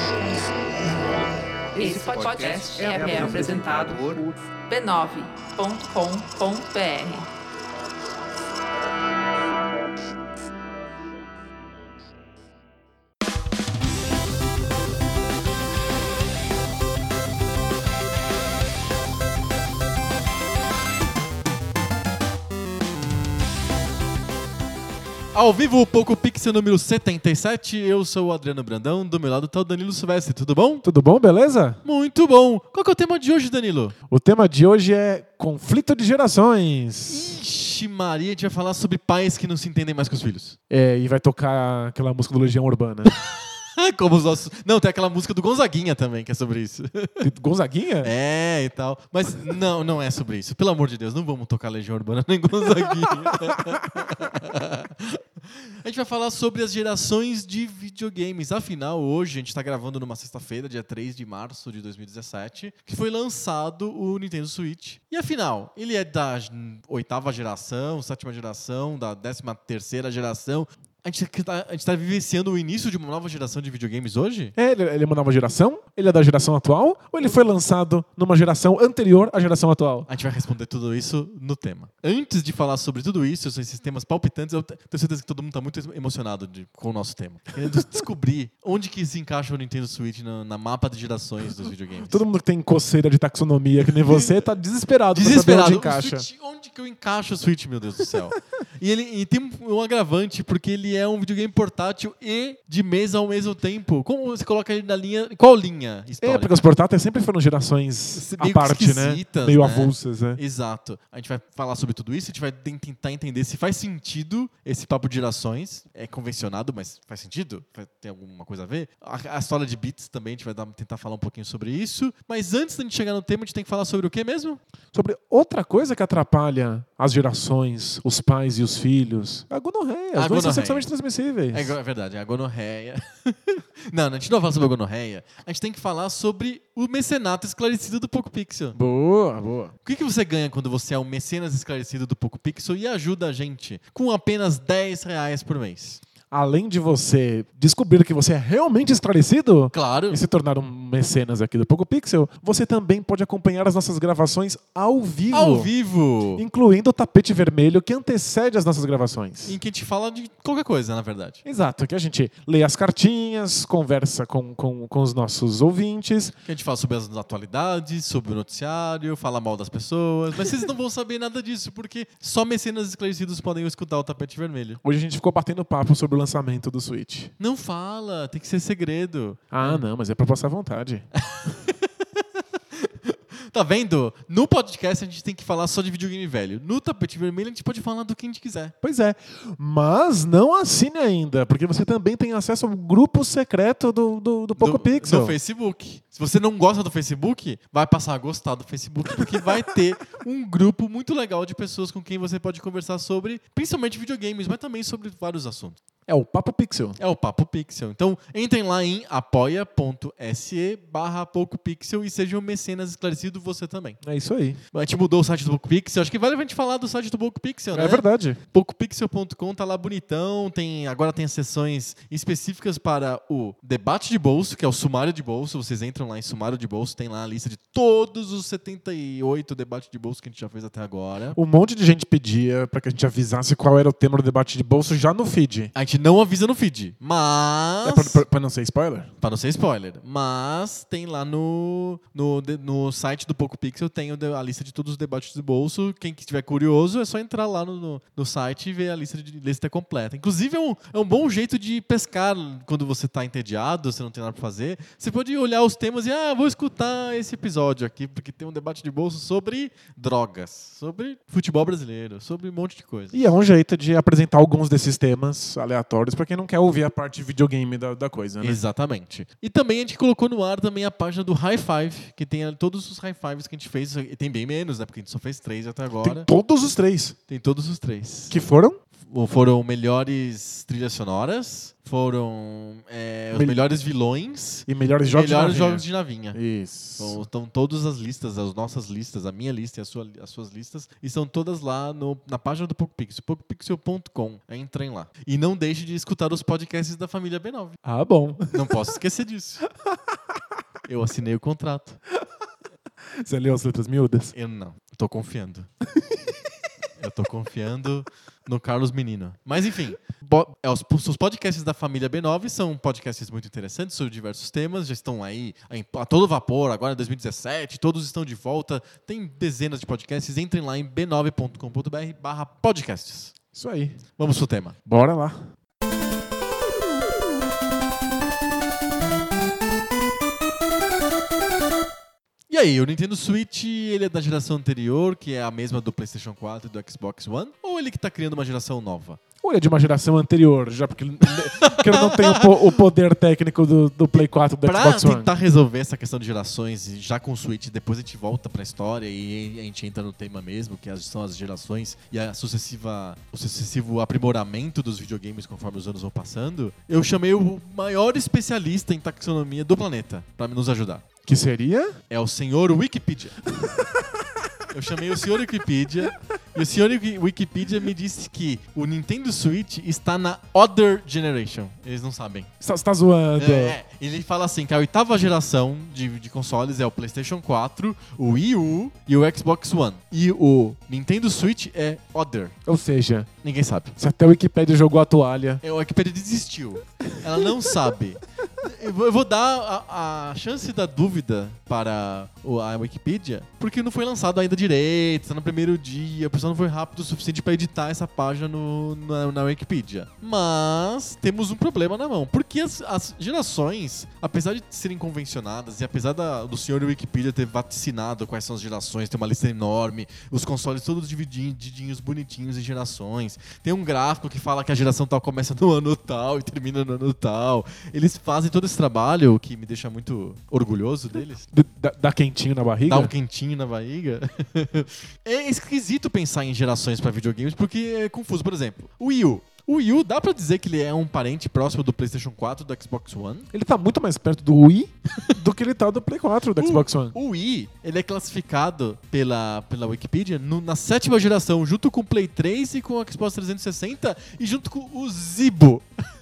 Esse podcast é apresentado por b9.com.br. Ao vivo, o Poco Pixel número 77, eu sou o Adriano Brandão, do meu lado tá o Danilo Silvestre, tudo bom? Tudo bom, beleza? Muito bom! Qual que é o tema de hoje, Danilo? O tema de hoje é conflito de gerações. Ixi Maria, a gente vai falar sobre pais que não se entendem mais com os filhos. E vai tocar aquela música do Legião Urbana. Como os nossos... Não, tem aquela música do Gonzaguinha também, que é sobre isso. Gonzaguinha? É, e tal. Mas não é sobre isso. Pelo amor de Deus, não vamos tocar Legião Urbana nem Gonzaguinha. A gente vai falar sobre as gerações de videogames. Afinal, hoje a gente está gravando numa sexta-feira, dia 3 de março de 2017, que foi lançado o Nintendo Switch. E afinal, ele é da 8ª geração, 7ª geração, da 13ª geração... A gente tá vivenciando o início de uma nova geração de videogames hoje? Ele é uma nova geração? Ele é da geração atual? Ou ele foi lançado numa geração anterior à geração atual? A gente vai responder tudo isso no tema. Antes de falar sobre tudo isso, esses temas palpitantes, eu tenho certeza que todo mundo está muito emocionado com o nosso tema. Querendo descobrir onde que se encaixa o Nintendo Switch na mapa de gerações dos videogames. Todo mundo que tem coceira de taxonomia, que nem você, tá desesperado pra saber onde encaixa. Switch, onde que eu encaixo o Switch, meu Deus do céu? E tem um agravante, porque ele é um videogame portátil e de mesa ao mesmo tempo. Como você coloca ele na linha... Qual linha histórica? Porque os portáteis sempre foram gerações à parte, né? Meio avulsas, né? Exato. A gente vai falar sobre tudo isso, a gente vai tentar entender se faz sentido esse papo de gerações. É convencionado, mas faz sentido? Tem alguma coisa a ver? A história de bits também, a gente vai tentar falar um pouquinho sobre isso. Mas antes da gente chegar no tema, a gente tem que falar sobre o que mesmo? Sobre outra coisa que atrapalha as gerações, os pais e os filhos. A gonorreia. As doenças são sexualmente transmissíveis. É verdade, a gonorreia. Não, a gente não vai falar sobre a gonorreia. A gente tem que falar sobre o mecenato esclarecido do Poco Pixel. Boa, boa. O que você ganha quando você é um mecenas esclarecido do Poco Pixel e ajuda a gente com apenas R$10 por mês? Além de você descobrir que você é realmente esclarecido, claro, e se tornar um mecenas aqui do Poco Pixel, você também pode acompanhar as nossas gravações ao vivo. Ao vivo! Incluindo o tapete vermelho que antecede as nossas gravações. Em que a gente fala de qualquer coisa, na verdade. Exato, que a gente lê as cartinhas, conversa com os nossos ouvintes. Que a gente fala sobre as atualidades, sobre o noticiário, fala mal das pessoas. Mas vocês não vão saber nada disso, porque só mecenas esclarecidos podem escutar o tapete vermelho. Hoje a gente ficou batendo papo sobre o lançamento do Switch. Não fala, tem que ser segredo. Não, mas é pra passar vontade. Tá vendo? No podcast a gente tem que falar só de videogame velho. No tapete vermelho a gente pode falar do que a gente quiser. Pois é. Mas não assine ainda, porque você também tem acesso ao grupo secreto do Poco Pixel. Do Facebook. Se você não gosta do Facebook, vai passar a gostar do Facebook, porque vai ter um grupo muito legal de pessoas com quem você pode conversar sobre, principalmente videogames, mas também sobre vários assuntos. É o Papo Pixel. É o Papo Pixel. Então, entrem lá em apoia.se/PocoPixel e sejam mecenas esclarecido você também. É isso aí. A gente mudou o site do Poco Pixel. Acho que vale a gente falar do site do Poco Pixel, né? É verdade. PocoPixel.com tá lá bonitão. Agora tem as sessões específicas para o debate de bolso, que é o sumário de bolso. Vocês entram lá em sumário de bolso, tem lá a lista de todos os 78 debates de bolso que a gente já fez até agora. Um monte de gente pedia pra que a gente avisasse qual era o tema do debate de bolso já no feed. A gente não avisa no feed, mas... Pra não ser spoiler? Pra não ser spoiler. Mas tem lá no site do Poco Pixel, tem a lista de todos os debates de bolso. Quem estiver curioso, é só entrar lá no site e ver a lista completa. Inclusive, é um bom jeito de pescar quando você tá entediado, você não tem nada pra fazer. Você pode olhar os temas e, vou escutar esse episódio aqui, porque tem um debate de bolso sobre drogas, sobre futebol brasileiro, sobre um monte de coisa. E é um jeito de apresentar alguns desses temas aleatórios pra quem não quer ouvir a parte de videogame da coisa, né? Exatamente. E também a gente colocou no ar também a página do High Five, que tem todos os High Fives que a gente fez. E tem bem menos, né? Porque a gente só fez 3 até agora. Tem todos os 3. Tem todos os 3. Que foram? foram melhores trilhas sonoras, foram os melhores vilões e melhores jogos de navinha. Isso. Estão todas as listas, as nossas listas, a minha lista e as suas listas, e estão todas lá na página do PocoPixel, pocopixel.com. Entrem lá. E não deixe de escutar os podcasts da família B9. Ah, bom. Não posso esquecer disso. Eu assinei o contrato. Você leu as letras miúdas? Eu não. Tô confiando. Eu tô confiando no Carlos Menino. Mas enfim, os podcasts da família B9 são podcasts muito interessantes sobre diversos temas. Já estão aí a todo vapor, agora em 2017. Todos estão de volta. Tem dezenas de podcasts. Entrem lá em b9.com.br/podcasts. Isso aí. Vamos pro tema. Bora lá. E aí, o Nintendo Switch, ele é da geração anterior, que é a mesma do PlayStation 4 e do Xbox One? Ou ele que tá criando uma geração nova? Ou ele é de uma geração anterior, já porque ele não tem o poder técnico do Play 4 e do Xbox One. Pra tentar resolver essa questão de gerações, já com o Switch, depois a gente volta pra história e a gente entra no tema mesmo, que são as gerações e o sucessivo aprimoramento dos videogames conforme os anos vão passando, eu chamei o maior especialista em taxonomia do planeta pra nos ajudar. Que seria? É o senhor Wikipedia. Eu chamei o senhor Wikipedia e o senhor Wikipedia me disse que o Nintendo Switch está na Other Generation. Eles não sabem. Você tá zoando. Ele fala assim que a 8ª geração de consoles é o PlayStation 4, o Wii U e o Xbox One. E o Nintendo Switch é Other. Ou seja, ninguém sabe. Se até o Wikipedia jogou a toalha. O Wikipedia desistiu. Ela não sabe. Eu vou dar a chance da dúvida para a Wikipedia, porque não foi lançado ainda direito, está no primeiro dia, o pessoal não foi rápido o suficiente para editar essa página na Wikipedia. Mas temos um problema na mão, porque as gerações, apesar de serem convencionadas e apesar do senhor Wikipedia ter vaticinado quais são as gerações, tem uma lista enorme, os consoles todos divididinhos, bonitinhos em gerações, tem um gráfico que fala que a geração tal começa no ano tal e termina no ano tal. Eles fazem todo esse trabalho, que me deixa muito orgulhoso deles. Dá quentinho na barriga? Dá um quentinho na barriga. É esquisito pensar em gerações para videogames, porque é confuso. Por exemplo, o Wii U. O Wii U, dá pra dizer que ele é um parente próximo do PlayStation 4 e do Xbox One? Ele tá muito mais perto do Wii do que ele tá do Play 4 do Xbox One. O Wii, ele é classificado pela Wikipedia na 7ª geração, junto com o Play 3 e com o Xbox 360 e junto com o Zibo.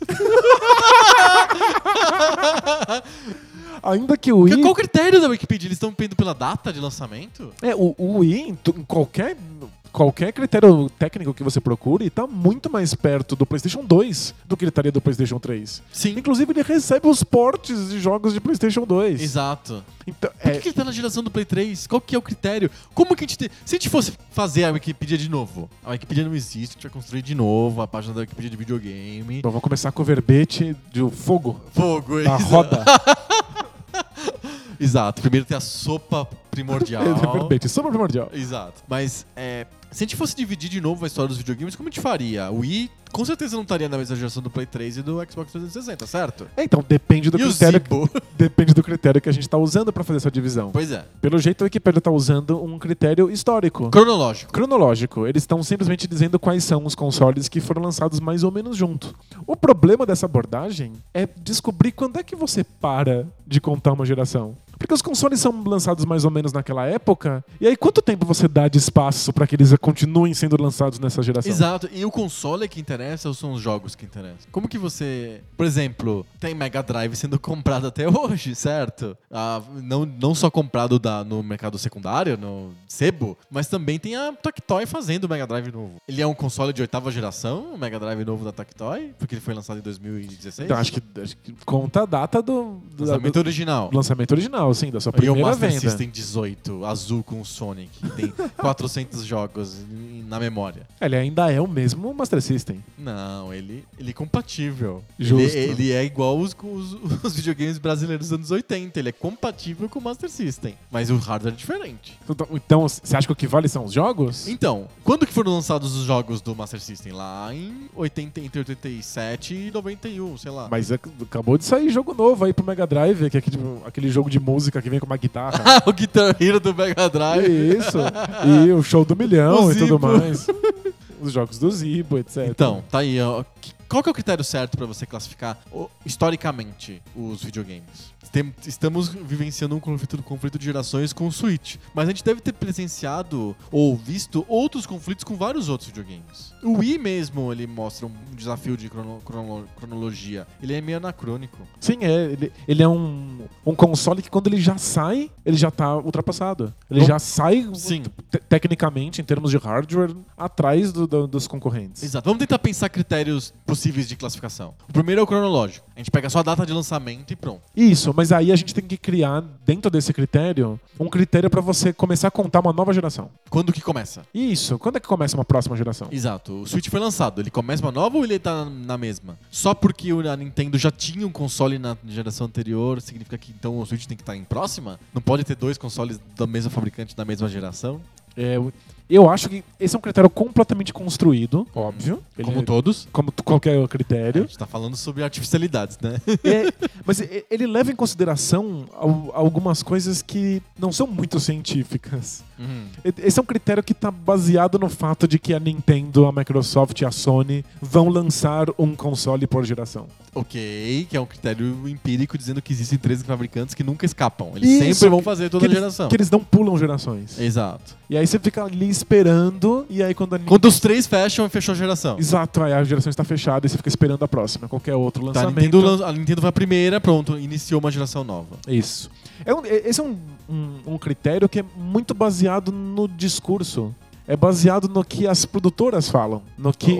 Ainda que o Wii... Qual o critério da Wikipedia? Eles estão indo pela data de lançamento? O Wii, em qualquer critério técnico que você procure, tá muito mais perto do PlayStation 2 do que ele estaria do PlayStation 3. Sim. Inclusive, ele recebe os portes de jogos de PlayStation 2. Exato. Então, Por que ele tá na geração do Play 3? Qual que é o critério? Como que a gente... Se a gente fosse fazer a Wikipedia de novo, a Wikipedia não existe, a gente vai construir de novo a página da Wikipedia de videogame. Então, vamos começar com o verbete de fogo. Fogo, da roda. Exato. Primeiro tem a sopa primordial. Verbete, sopa primordial. Exato. Mas, se a gente fosse dividir de novo a história dos videogames, como a gente faria? O Wii, com certeza não estaria na mesma geração do Play 3 e do Xbox 360, certo? Então, depende do critério. O Zibo? Depende do critério que a gente tá usando pra fazer essa divisão. Pois é. Pelo jeito, a Wikipedia tá usando um critério histórico. Cronológico. Eles estão simplesmente dizendo quais são os consoles que foram lançados mais ou menos junto. O problema dessa abordagem é descobrir quando é que você para de contar uma geração. Porque os consoles são lançados mais ou menos naquela época, e aí quanto tempo você dá de espaço pra que eles continuem sendo lançados nessa geração? Exato, e o console que interessa ou são os jogos que interessam? Como que você... Por exemplo, tem Mega Drive sendo comprado até hoje, certo? Não só comprado no mercado secundário, no sebo, mas também tem a Tectoy fazendo o Mega Drive novo. Ele é um console de 8ª geração, o Mega Drive novo da Tectoy, porque ele foi lançado em 2016? Então, acho que conta a data do lançamento original. Lançamento original, sim, da sua primeira venda. E o Master System 18, azul com o Sonic, tem 400 jogos na memória. Ele ainda é o mesmo Master System. Não, ele é compatível. Justo. Ele é igual os videogames brasileiros dos anos 80. Ele é compatível com o Master System. Mas o hardware é diferente. Então, você acha que o que vale são os jogos? Então, quando que foram lançados os jogos do Master System? Lá entre 87 e 91, sei lá. Mas acabou de sair jogo novo aí pro Mega Drive, que é aquele jogo de música que vem com uma guitarra. O Guitar Hero do Mega Drive. Isso. E o Show do Milhão e tudo mais. os jogos do Zibo, etc. Então, tá aí, ó. Qual que é o critério certo pra você classificar historicamente os videogames? Estamos vivenciando um conflito de gerações com o Switch, mas a gente deve ter presenciado ou visto outros conflitos com vários outros videogames. O Wii mesmo, ele mostra um desafio de cronologia. Ele é meio anacrônico. Sim, ele é um console que quando ele já sai, ele já tá ultrapassado. Ele já sai, tecnicamente, em termos de hardware, atrás dos concorrentes. Exato. Vamos tentar pensar critérios possíveis de classificação. O primeiro é o cronológico. A gente pega só a data de lançamento e pronto. Isso, mas aí a gente tem que criar, dentro desse critério, um critério pra você começar a contar uma nova geração. Quando que começa? Isso, quando é que começa uma próxima geração? Exato. O Switch foi lançado. Ele começa uma nova ou ele tá na mesma? Só porque a Nintendo já tinha um console na geração anterior, significa que então o Switch tem que estar em próxima? Não pode ter 2 consoles da mesma fabricante da mesma geração? Eu acho que esse é um critério completamente construído, óbvio. Como todos. Como qualquer critério. A gente tá falando sobre artificialidades, né? Mas ele leva em consideração algumas coisas que não são muito científicas. Esse é um critério que está baseado no fato de que a Nintendo, a Microsoft e a Sony vão lançar um console por geração. Ok, que é um critério empírico dizendo que existem 13 fabricantes que nunca escapam. Eles sempre vão fazer toda a geração. Que eles não pulam gerações. Exato. E aí você fica ali esperando, e aí quando Quando os 3 fecham, fechou a geração. Exato, aí a geração está fechada e você fica esperando a próxima, qualquer outro lançamento. A Nintendo foi a primeira, pronto, iniciou uma geração nova. Isso. Esse é um critério que é muito baseado no discurso. É baseado no que as produtoras falam. No que...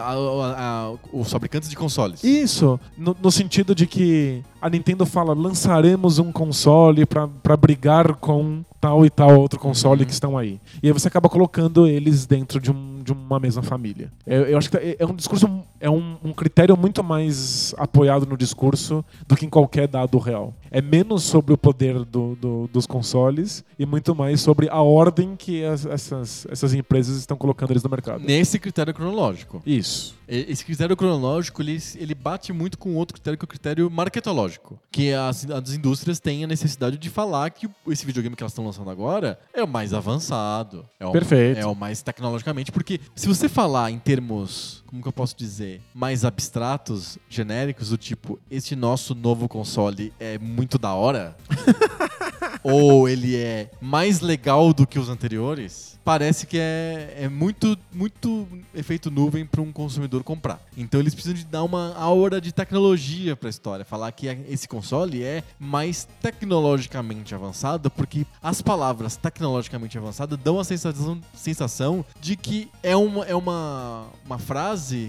Os fabricantes de consoles. Isso, no sentido de que a Nintendo fala, lançaremos um console pra brigar com tal e tal outro console que estão aí. E aí você acaba colocando eles dentro de uma mesma família. Eu acho que é um discurso, é um critério muito mais apoiado no discurso do que em qualquer dado real. É menos sobre o poder dos consoles e muito mais sobre a ordem que essas empresas estão colocando eles no mercado. Nesse critério cronológico. Isso. Esse critério cronológico, ele bate muito com outro critério, que é o critério marketológico. Que as indústrias têm a necessidade de falar que esse videogame que elas estão lançando agora é o mais avançado. Perfeito. É o mais tecnologicamente. Porque se você falar em termos, como que eu posso dizer, mais abstratos, genéricos, do tipo, este nosso novo console é muito da hora, ou ele é mais legal do que os anteriores, parece que é muito, muito efeito nuvem para um consumidor comprar. Então eles precisam de dar uma aura de tecnologia para a história, falar que esse console é mais tecnologicamente avançado, porque as palavras tecnologicamente avançado dão a sensação de que é uma frase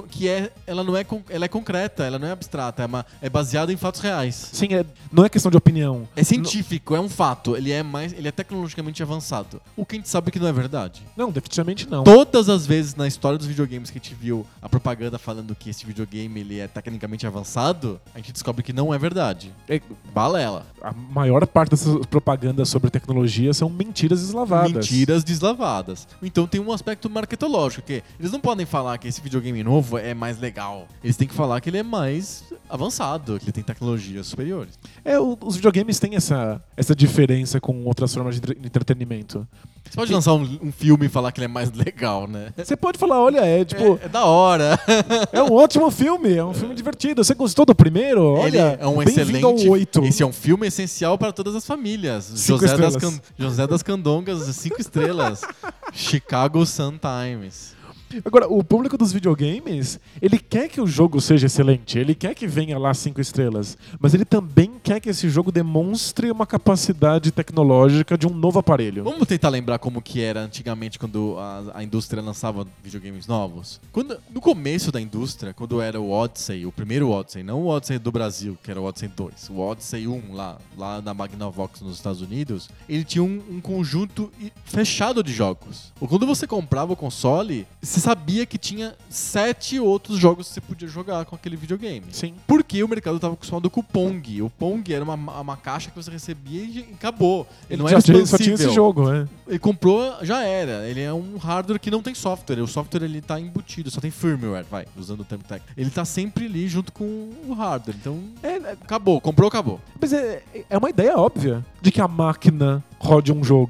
ela é concreta, ela não é abstrata, é baseada em fatos reais. Sim, não é questão de opinião. É científico, é um fato. Ele é tecnologicamente avançado. O que a gente sabe que não é verdade. Não, definitivamente não. Todas as vezes na história dos videogames que a gente viu a propaganda falando que esse videogame ele é tecnicamente avançado, a gente descobre que não é verdade. Balela. A maior parte dessas propagandas sobre tecnologia são mentiras deslavadas. Mentiras deslavadas. Então tem um aspecto marketológico, que eles não podem falar que esse videogame novo é mais legal. Eles têm que falar que ele é mais avançado, que ele tem tecnologias superiores. Os videogames têm essa diferença com outras formas de entretenimento. Você pode lançar um filme e falar que ele é mais legal, né? Você pode falar, olha, é da hora. É um ótimo filme, é um filme divertido. Você gostou do primeiro? Olha, é um bem-vindo ao 8. Esse é um filme essencial para todas as famílias. José das Candongas, 5 estrelas. Chicago Sun-Times. Agora, o público dos videogames, ele quer que o jogo seja excelente, ele quer que venha lá 5 estrelas, mas ele também quer que esse jogo demonstre uma capacidade tecnológica de um novo aparelho. Vamos tentar lembrar como que era antigamente quando a indústria lançava videogames novos? No começo da indústria, quando era o Odyssey, o primeiro Odyssey, não o Odyssey do Brasil, que era o Odyssey 2, o Odyssey 1 lá na Magnavox nos Estados Unidos, ele tinha um conjunto fechado de jogos. Quando você comprava o console, você sabia que tinha 7 outros jogos que você podia jogar com aquele videogame. Sim. Porque o mercado estava acostumado com o Pong. O Pong era uma caixa que você recebia e acabou. Ele não era expansível. Só tinha esse jogo, né? Ele comprou, já era. Ele é um hardware que não tem software. O software ele tá embutido, só tem firmware, usando o termo técnico. Ele tá sempre ali junto com o hardware. Então, acabou. Comprou, acabou. Mas é uma ideia óbvia de que a máquina rode um jogo.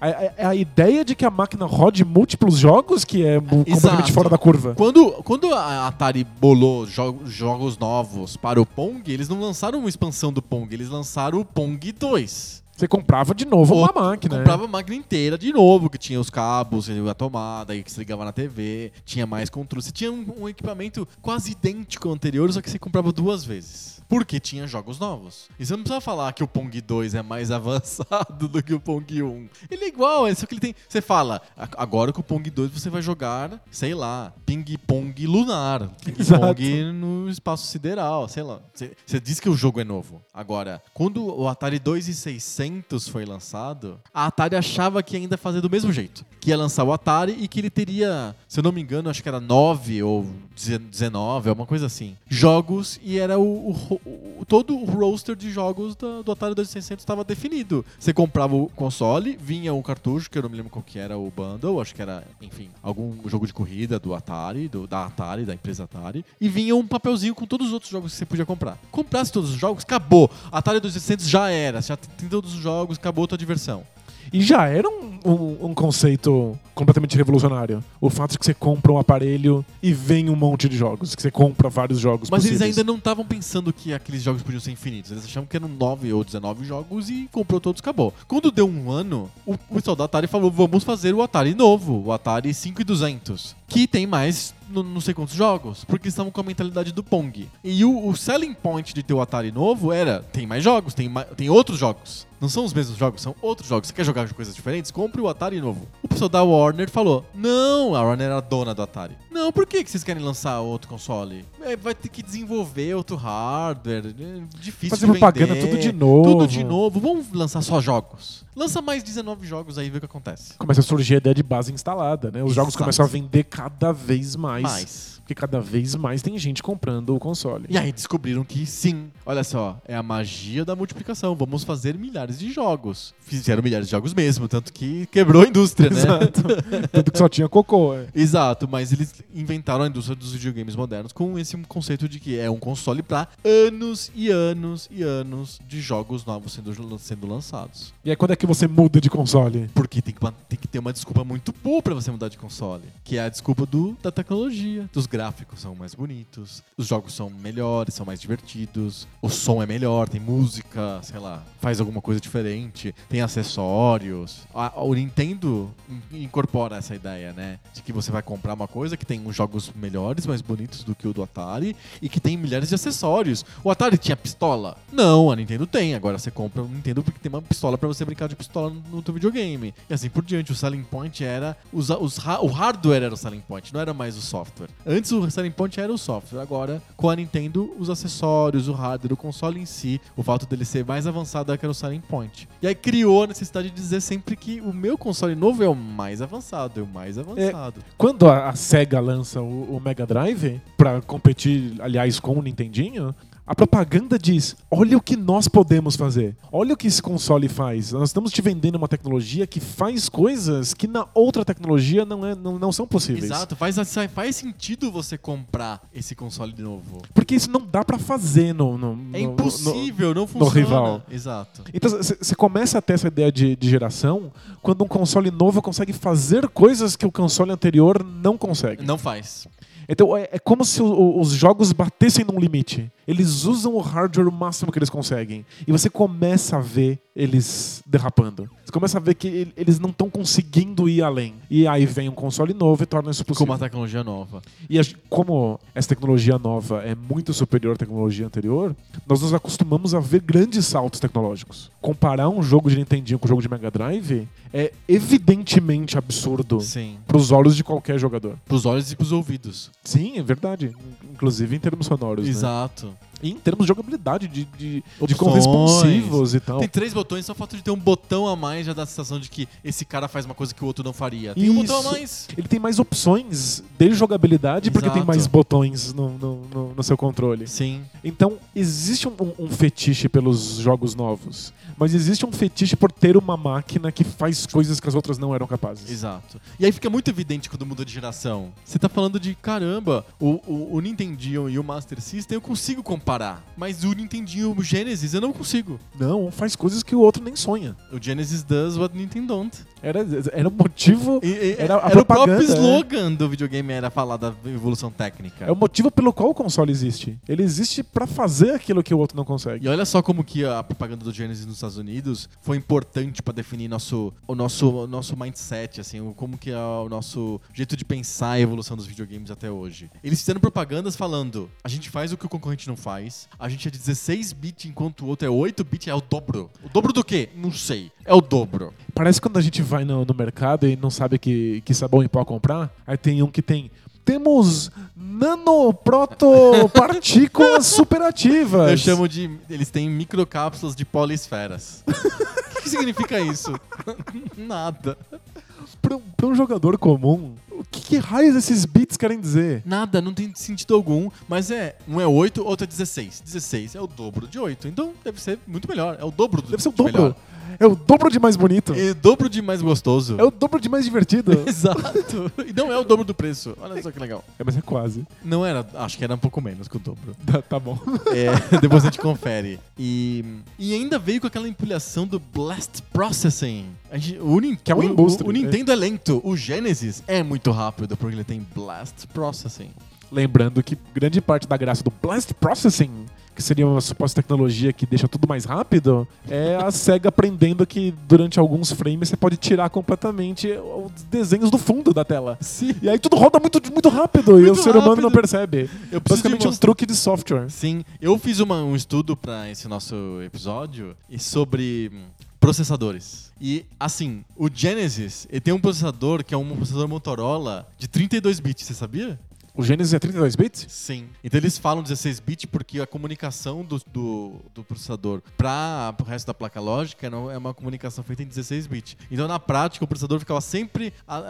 A ideia de que a máquina rode múltiplos jogos que é completamente fora da curva. Quando a Atari bolou jogos novos para o Pong, eles não lançaram uma expansão do Pong, eles lançaram o Pong 2. Você comprava de novo uma máquina. Comprava a máquina inteira de novo, que tinha os cabos, a tomada, aí que se ligava na TV, tinha mais controle. Você tinha um equipamento quase idêntico ao anterior, só que você comprava 2 vezes. Porque tinha jogos novos. E você não precisa falar que o Pong 2 é mais avançado do que o Pong 1. Ele é igual, só que ele tem... Você fala, agora com o Pong 2 você vai jogar, sei lá, ping-pong lunar. Ping-pong no espaço sideral, sei lá. Você diz que o jogo é novo. Agora, quando o Atari 2600 foi lançado, a Atari achava que ia ainda fazer do mesmo jeito. Que ia lançar o Atari e que ele teria, se eu não me engano, acho que era 9 ou 19, alguma coisa assim. Jogos, e era todo o roster de jogos do Atari 2600 estava definido. Você comprava o console, vinha um cartucho, que eu não me lembro qual que era o bundle, acho que era, enfim, algum jogo de corrida do Atari, da empresa Atari, e vinha um papelzinho com todos os outros jogos que você podia comprar. Comprasse todos os jogos, acabou. Atari 2600 já era, já tem todos os jogos, acabou a tua diversão. E já era um conceito completamente revolucionário. O fato de que você compra um aparelho e vem um monte de jogos, que você compra vários jogos possíveis. Eles ainda não estavam pensando que aqueles jogos podiam ser infinitos. Eles achavam que eram 9 ou 19 jogos e comprou todos, acabou. Quando deu um ano, o pessoal da Atari falou, vamos fazer o Atari novo, o Atari 5200, que tem mais não sei quantos jogos, porque eles estavam com a mentalidade do Pong. E o selling point de ter o Atari novo era, tem mais jogos, tem outros jogos. Não são os mesmos jogos, são outros jogos. Você quer jogar coisas diferentes? Compre o Atari novo. O pessoal da Warner falou, não, a Warner era a dona do Atari. Não, por que vocês querem lançar outro console? Vai ter que desenvolver outro hardware, difícil fazer propaganda, tudo de novo. Tudo de novo, vamos lançar só jogos. Lança mais 19 jogos aí e vê o que acontece. Começa a surgir a ideia de base instalada, né? Os jogos começam a vender cada vez mais. Porque cada vez mais tem gente comprando o console. E aí descobriram que sim, olha só, é a magia da multiplicação. Vamos fazer milhares de jogos. Fizeram milhares de jogos mesmo, tanto que quebrou a indústria, né? Exato. Tanto que só tinha cocô. Exato, mas eles inventaram a indústria dos videogames modernos com esse conceito de que é um console para anos e anos e anos de jogos novos sendo lançados. E aí quando é que você muda de console? Porque tem que ter uma desculpa muito boa pra você mudar de console. Que é a desculpa da tecnologia. Os gráficos são mais bonitos, os jogos são melhores, são mais divertidos, o som é melhor, tem música, sei lá, faz alguma coisa diferente, tem acessórios. O Nintendo incorpora essa ideia, né? De que você vai comprar uma coisa que tem uns jogos melhores, mais bonitos do que o do Atari e que tem milhares de acessórios. O Atari tinha pistola? Não, a Nintendo tem. Agora você compra o Nintendo porque tem uma pistola pra você brincar de pistola no teu videogame. E assim por diante. O selling point era... o hardware era o selling point, não era mais o software. Antes o selling point era o software. Agora, com a Nintendo, os acessórios, o hardware, o console em si, o fato dele ser mais avançado é que era o selling point. E aí criou a necessidade de dizer sempre que o meu console novo é o mais avançado, é o mais avançado. Quando a Sega lança o Mega Drive, pra competir, aliás, com o Nintendinho, a propaganda diz, olha o que nós podemos fazer. Olha o que esse console faz. Nós estamos te vendendo uma tecnologia que faz coisas que na outra tecnologia não são possíveis. Exato, faz sentido você comprar esse console novo. Porque isso não dá pra fazer é impossível, não funciona. No rival. Exato. Então você começa a ter essa ideia de geração quando um console novo consegue fazer coisas que o console anterior não consegue. Não faz. Então é como se os jogos batessem num limite. Eles usam o hardware o máximo que eles conseguem. E você começa a ver eles derrapando. Você começa a ver que eles não estão conseguindo ir além. E aí vem um console novo e torna isso possível. Com uma tecnologia nova. E como essa tecnologia nova é muito superior à tecnologia anterior, nós nos acostumamos a ver grandes saltos tecnológicos. Comparar um jogo de Nintendinho com um jogo de Mega Drive é evidentemente absurdo para os olhos de qualquer jogador. Para os olhos e para os ouvidos. Sim, é verdade. Inclusive em termos sonoros. Exato. Né? E em termos de jogabilidade, de responsivos e tal. Tem 3 botões, só o fato de ter um botão a mais já dá a sensação de que esse cara faz uma coisa que o outro não faria. Tem um botão a mais. Ele tem mais opções de jogabilidade. Exato. Porque tem mais botões no seu controle. Sim. Então, existe um fetiche pelos jogos novos. Mas existe um fetiche por ter uma máquina que faz coisas que as outras não eram capazes. Exato. E aí fica muito evidente quando muda de geração. Você tá falando de, caramba, o Nintendinho e o Master System eu consigo comprar comparar. Mas o Nintendinho, o Genesis, eu não consigo. Não, faz coisas que o outro nem sonha. O Genesis does what Nintendo don't. Era o motivo... Era a Era o próprio propaganda, slogan do videogame, era falar da evolução técnica. É o motivo pelo qual o console existe. Ele existe pra fazer aquilo que o outro não consegue. E olha só como que a propaganda do Genesis nos Estados Unidos foi importante pra definir o nosso mindset, assim, como que é o nosso jeito de pensar a evolução dos videogames até hoje. Eles fizeram propagandas falando, a gente faz o que o concorrente não faz, a gente é 16-bit enquanto o outro é 8-bit, é o dobro. O dobro do quê? Não sei. É o dobro. Parece quando a gente vai no mercado e não sabe que sabão em pó comprar, aí tem um que temos nanoprotopartículas superativas. Eu chamo de... Eles têm microcápsulas de polisferas. O que significa isso? Nada. Pra um jogador comum, o que raios esses bits querem dizer? Nada, não tem sentido algum. Mas um é 8, outro é 16. 16 é o dobro de 8. Então deve ser muito melhor. É o dobro do Deve ser o de dobro. melhor. É o dobro de mais bonito. É o dobro de mais gostoso. É o dobro de mais divertido. Exato. E não é o dobro do preço. Olha só que legal. Mas é quase. Não era, acho que era um pouco menos que o dobro. Tá bom. Depois a gente confere. E ainda veio com aquela empilhação do Blast Processing. Que é um embuste. O Nintendo é lento. O Genesis é muito rápido porque ele tem Blast Processing. Lembrando que grande parte da graça do Blast Processing, que seria uma suposta tecnologia que deixa tudo mais rápido, é a SEGA aprendendo que durante alguns frames você pode tirar completamente os desenhos do fundo da tela. Sim. E aí tudo roda muito, muito rápido e o ser humano não percebe. Basicamente é um truque de software. Sim. Eu fiz um estudo para esse nosso episódio sobre processadores. E, assim, o Genesis ele tem um processador que é um processador Motorola de 32 bits, você sabia? O Genesis é 32 bits? Sim. Então eles falam 16 bits porque a comunicação do processador para o resto da placa lógica é uma comunicação feita em 16 bits. Então na prática o processador ficava sempre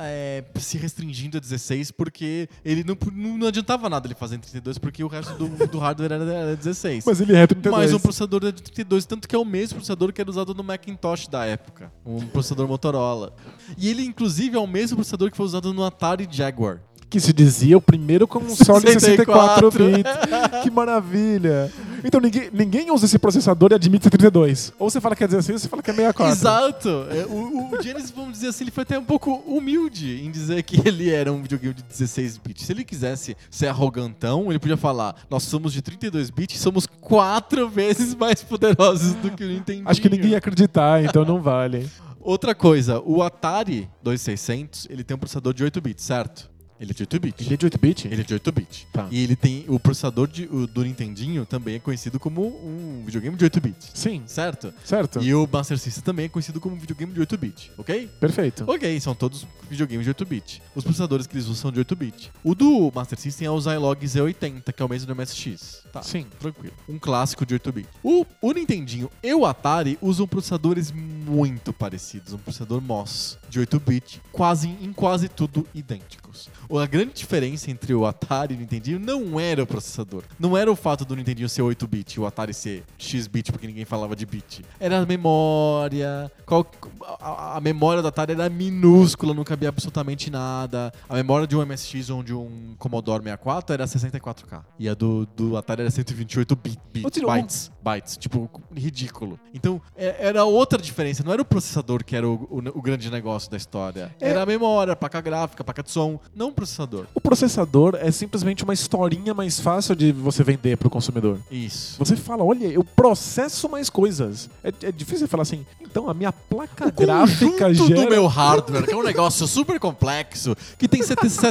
se restringindo a 16 porque ele não adiantava nada ele fazer em 32 porque o resto do hardware era 16. Mas ele é 32. Mas um processador é de 32, tanto que é o mesmo processador que era usado no Macintosh da época. Um processador Motorola. E ele inclusive é o mesmo processador que foi usado no Atari Jaguar. Que se dizia o primeiro console 64 bits. Que maravilha. Então ninguém usa esse processador e admite ser 32. Ou você fala que é 16 ou você fala que é 64. Exato. O Genesis, vamos dizer assim, ele foi até um pouco humilde em dizer que ele era um videogame de 16 bits. Se ele quisesse ser arrogantão, ele podia falar, nós somos de 32 bits e somos 4 vezes mais poderosos do que o Nintendo. Acho que ninguém ia acreditar, então não vale. Outra coisa, o Atari 2600, ele tem um processador de 8 bits, certo? Ele é de 8 bits. Ele é de 8 bits? Ele é de 8 bits. Tá. E ele tem o processador do Nintendinho também é conhecido como um videogame de 8 bits. Sim. Certo? Certo. E o Master System também é conhecido como um videogame de 8 bits, ok? Perfeito. Ok, são todos videogames de 8 bits. Os processadores que eles usam são de 8 bits. O do Master System é o Zilog Z80, que é o mesmo do MSX. Tá, sim. Tranquilo. Um clássico de 8 bits. O Nintendinho e o Atari usam processadores muito parecidos. Um processador MOS de 8 bits, em quase tudo idênticos. A grande diferença entre o Atari e o Nintendinho não era o processador. Não era o fato do Nintendinho ser 8-bit e o Atari ser X-bit, porque ninguém falava de bit. Era a memória. A memória do Atari era minúscula, não cabia absolutamente nada. A memória de um MSX ou de um Commodore 64 era 64K. E a do Atari era 128 bytes. Tipo, ridículo. Então, era outra diferença. Não era o processador que era o grande negócio da história. Era a memória, a placa gráfica, a placa de som. Não o processador. O processador é simplesmente uma historinha mais fácil de você vender pro consumidor. Isso. Você fala, olha, eu processo mais coisas. É difícil você falar assim, então a minha placa gráfica gera... do meu hardware, que é um negócio super complexo, que tem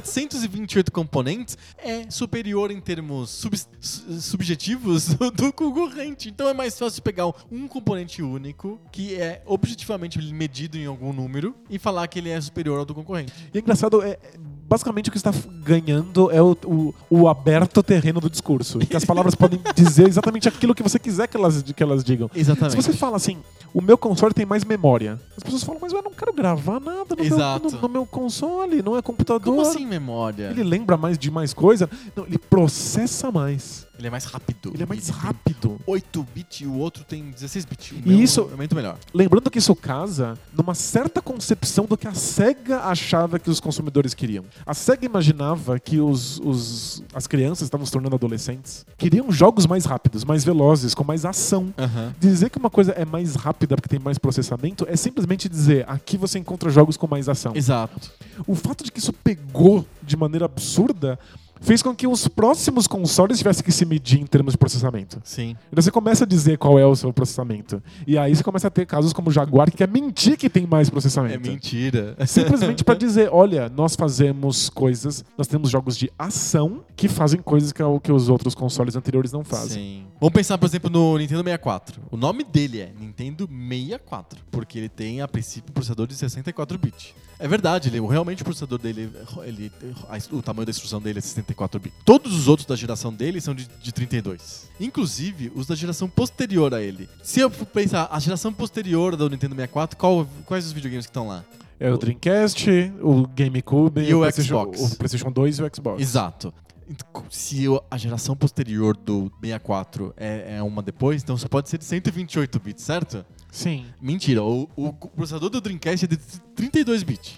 728 componentes, é superior em termos subjetivos do concorrente. Então é mais fácil pegar um componente único, que é objetivamente medido em algum número, e falar que ele é superior ao do concorrente. E é engraçado, basicamente o que está ganhando é o aberto terreno do discurso. Que as palavras podem dizer exatamente aquilo que você quiser que elas digam. Exatamente. Se você fala assim, o meu console tem mais memória, as pessoas falam, mas eu não quero gravar nada no meu console, não é computador. Como assim memória? Ele lembra mais de mais coisa? Não, ele processa mais. Ele é mais rápido. Ele é mais rápido. 8-bit e o outro tem 16-bit. E isso é muito melhor. Lembrando que isso casa numa certa concepção do que a SEGA achava que os consumidores queriam. A SEGA imaginava que as crianças estavam se tornando adolescentes, queriam jogos mais rápidos, mais velozes, com mais ação. Dizer que uma coisa é mais rápida porque tem mais processamento é simplesmente dizer, aqui você encontra jogos com mais ação. Exato. O fato de que isso pegou de maneira absurda fez com que os próximos consoles tivessem que se medir em termos de processamento. Sim. Então você começa a dizer qual é o seu processamento. E aí você começa a ter casos como o Jaguar, que quer mentir que tem mais processamento. É mentira. Simplesmente pra dizer, olha, nós fazemos coisas, nós temos jogos de ação que fazem coisas que os outros consoles anteriores não fazem. Sim. Vamos pensar, por exemplo, no Nintendo 64. O nome dele é Nintendo 64, porque ele tem, a princípio, um processador de 64-bit. É verdade, realmente o processador dele, o tamanho da instrução dele é 64-bit. Todos os outros da geração dele são de 32. Inclusive, os da geração posterior a ele. Se eu pensar, a geração posterior do Nintendo 64, quais os videogames que estão lá? É o Dreamcast, o GameCube, e o Xbox. O PlayStation 2 e o Xbox. Exato. Se a geração posterior do 64 é uma depois, então só pode ser de 128 bits, certo? Sim. Mentira, o processador do Dreamcast é de 32 bits.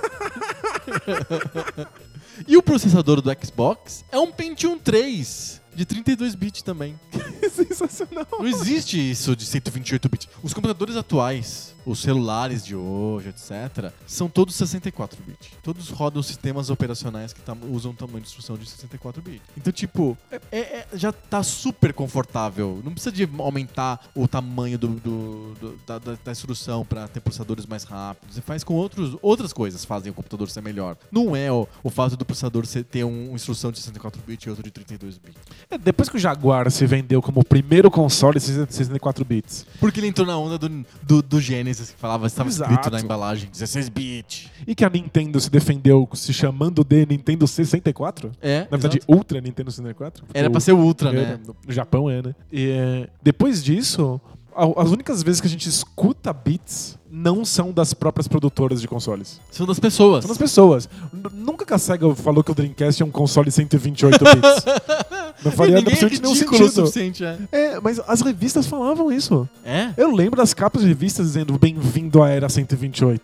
E o processador do Xbox é um Pentium 3 de 32 bits também. Sensacional. Não existe isso de 128 bits. Os computadores atuais, os celulares de hoje, etc., são todos 64 bits. Todos rodam sistemas operacionais que usam tamanho de instrução de 64 bits. Então, tipo, já tá super confortável. Não precisa de aumentar o tamanho da instrução para ter processadores mais rápidos. Você faz com outras coisas, fazem o computador ser melhor. Não é o fato do processador ter uma instrução de 64 bits e outro de 32 bits. Depois que o Jaguar se vendeu como o primeiro console de 64 bits. Porque ele entrou na onda do Genesis, que estava escrito na embalagem 16 bits. E que a Nintendo se defendeu se chamando de Nintendo 64? É, na verdade, exato. Ultra Nintendo 64? Era pra ser o Ultra, né? No Japão é, né? E depois disso, as únicas vezes que a gente escuta bits não são das próprias produtoras de consoles. São das pessoas. São das pessoas. Nunca que a SEGA falou que o Dreamcast é um console 128 bits. Não faria absolutamente nenhum sentido. O suficiente, mas as revistas falavam isso. É? Eu lembro das capas de revistas dizendo bem-vindo à era 128.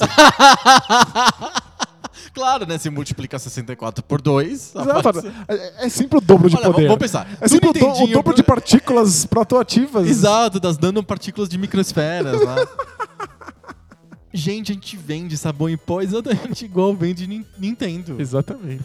Claro, né? Se multiplica 64 por 2... Exato. É sempre o dobro de poder. Vamos pensar. É sempre o dobro de partículas protoativas. Exato, das nanopartículas de microesferas lá. Gente, a gente vende sabão em pó exatamente igual vende Nintendo. Exatamente.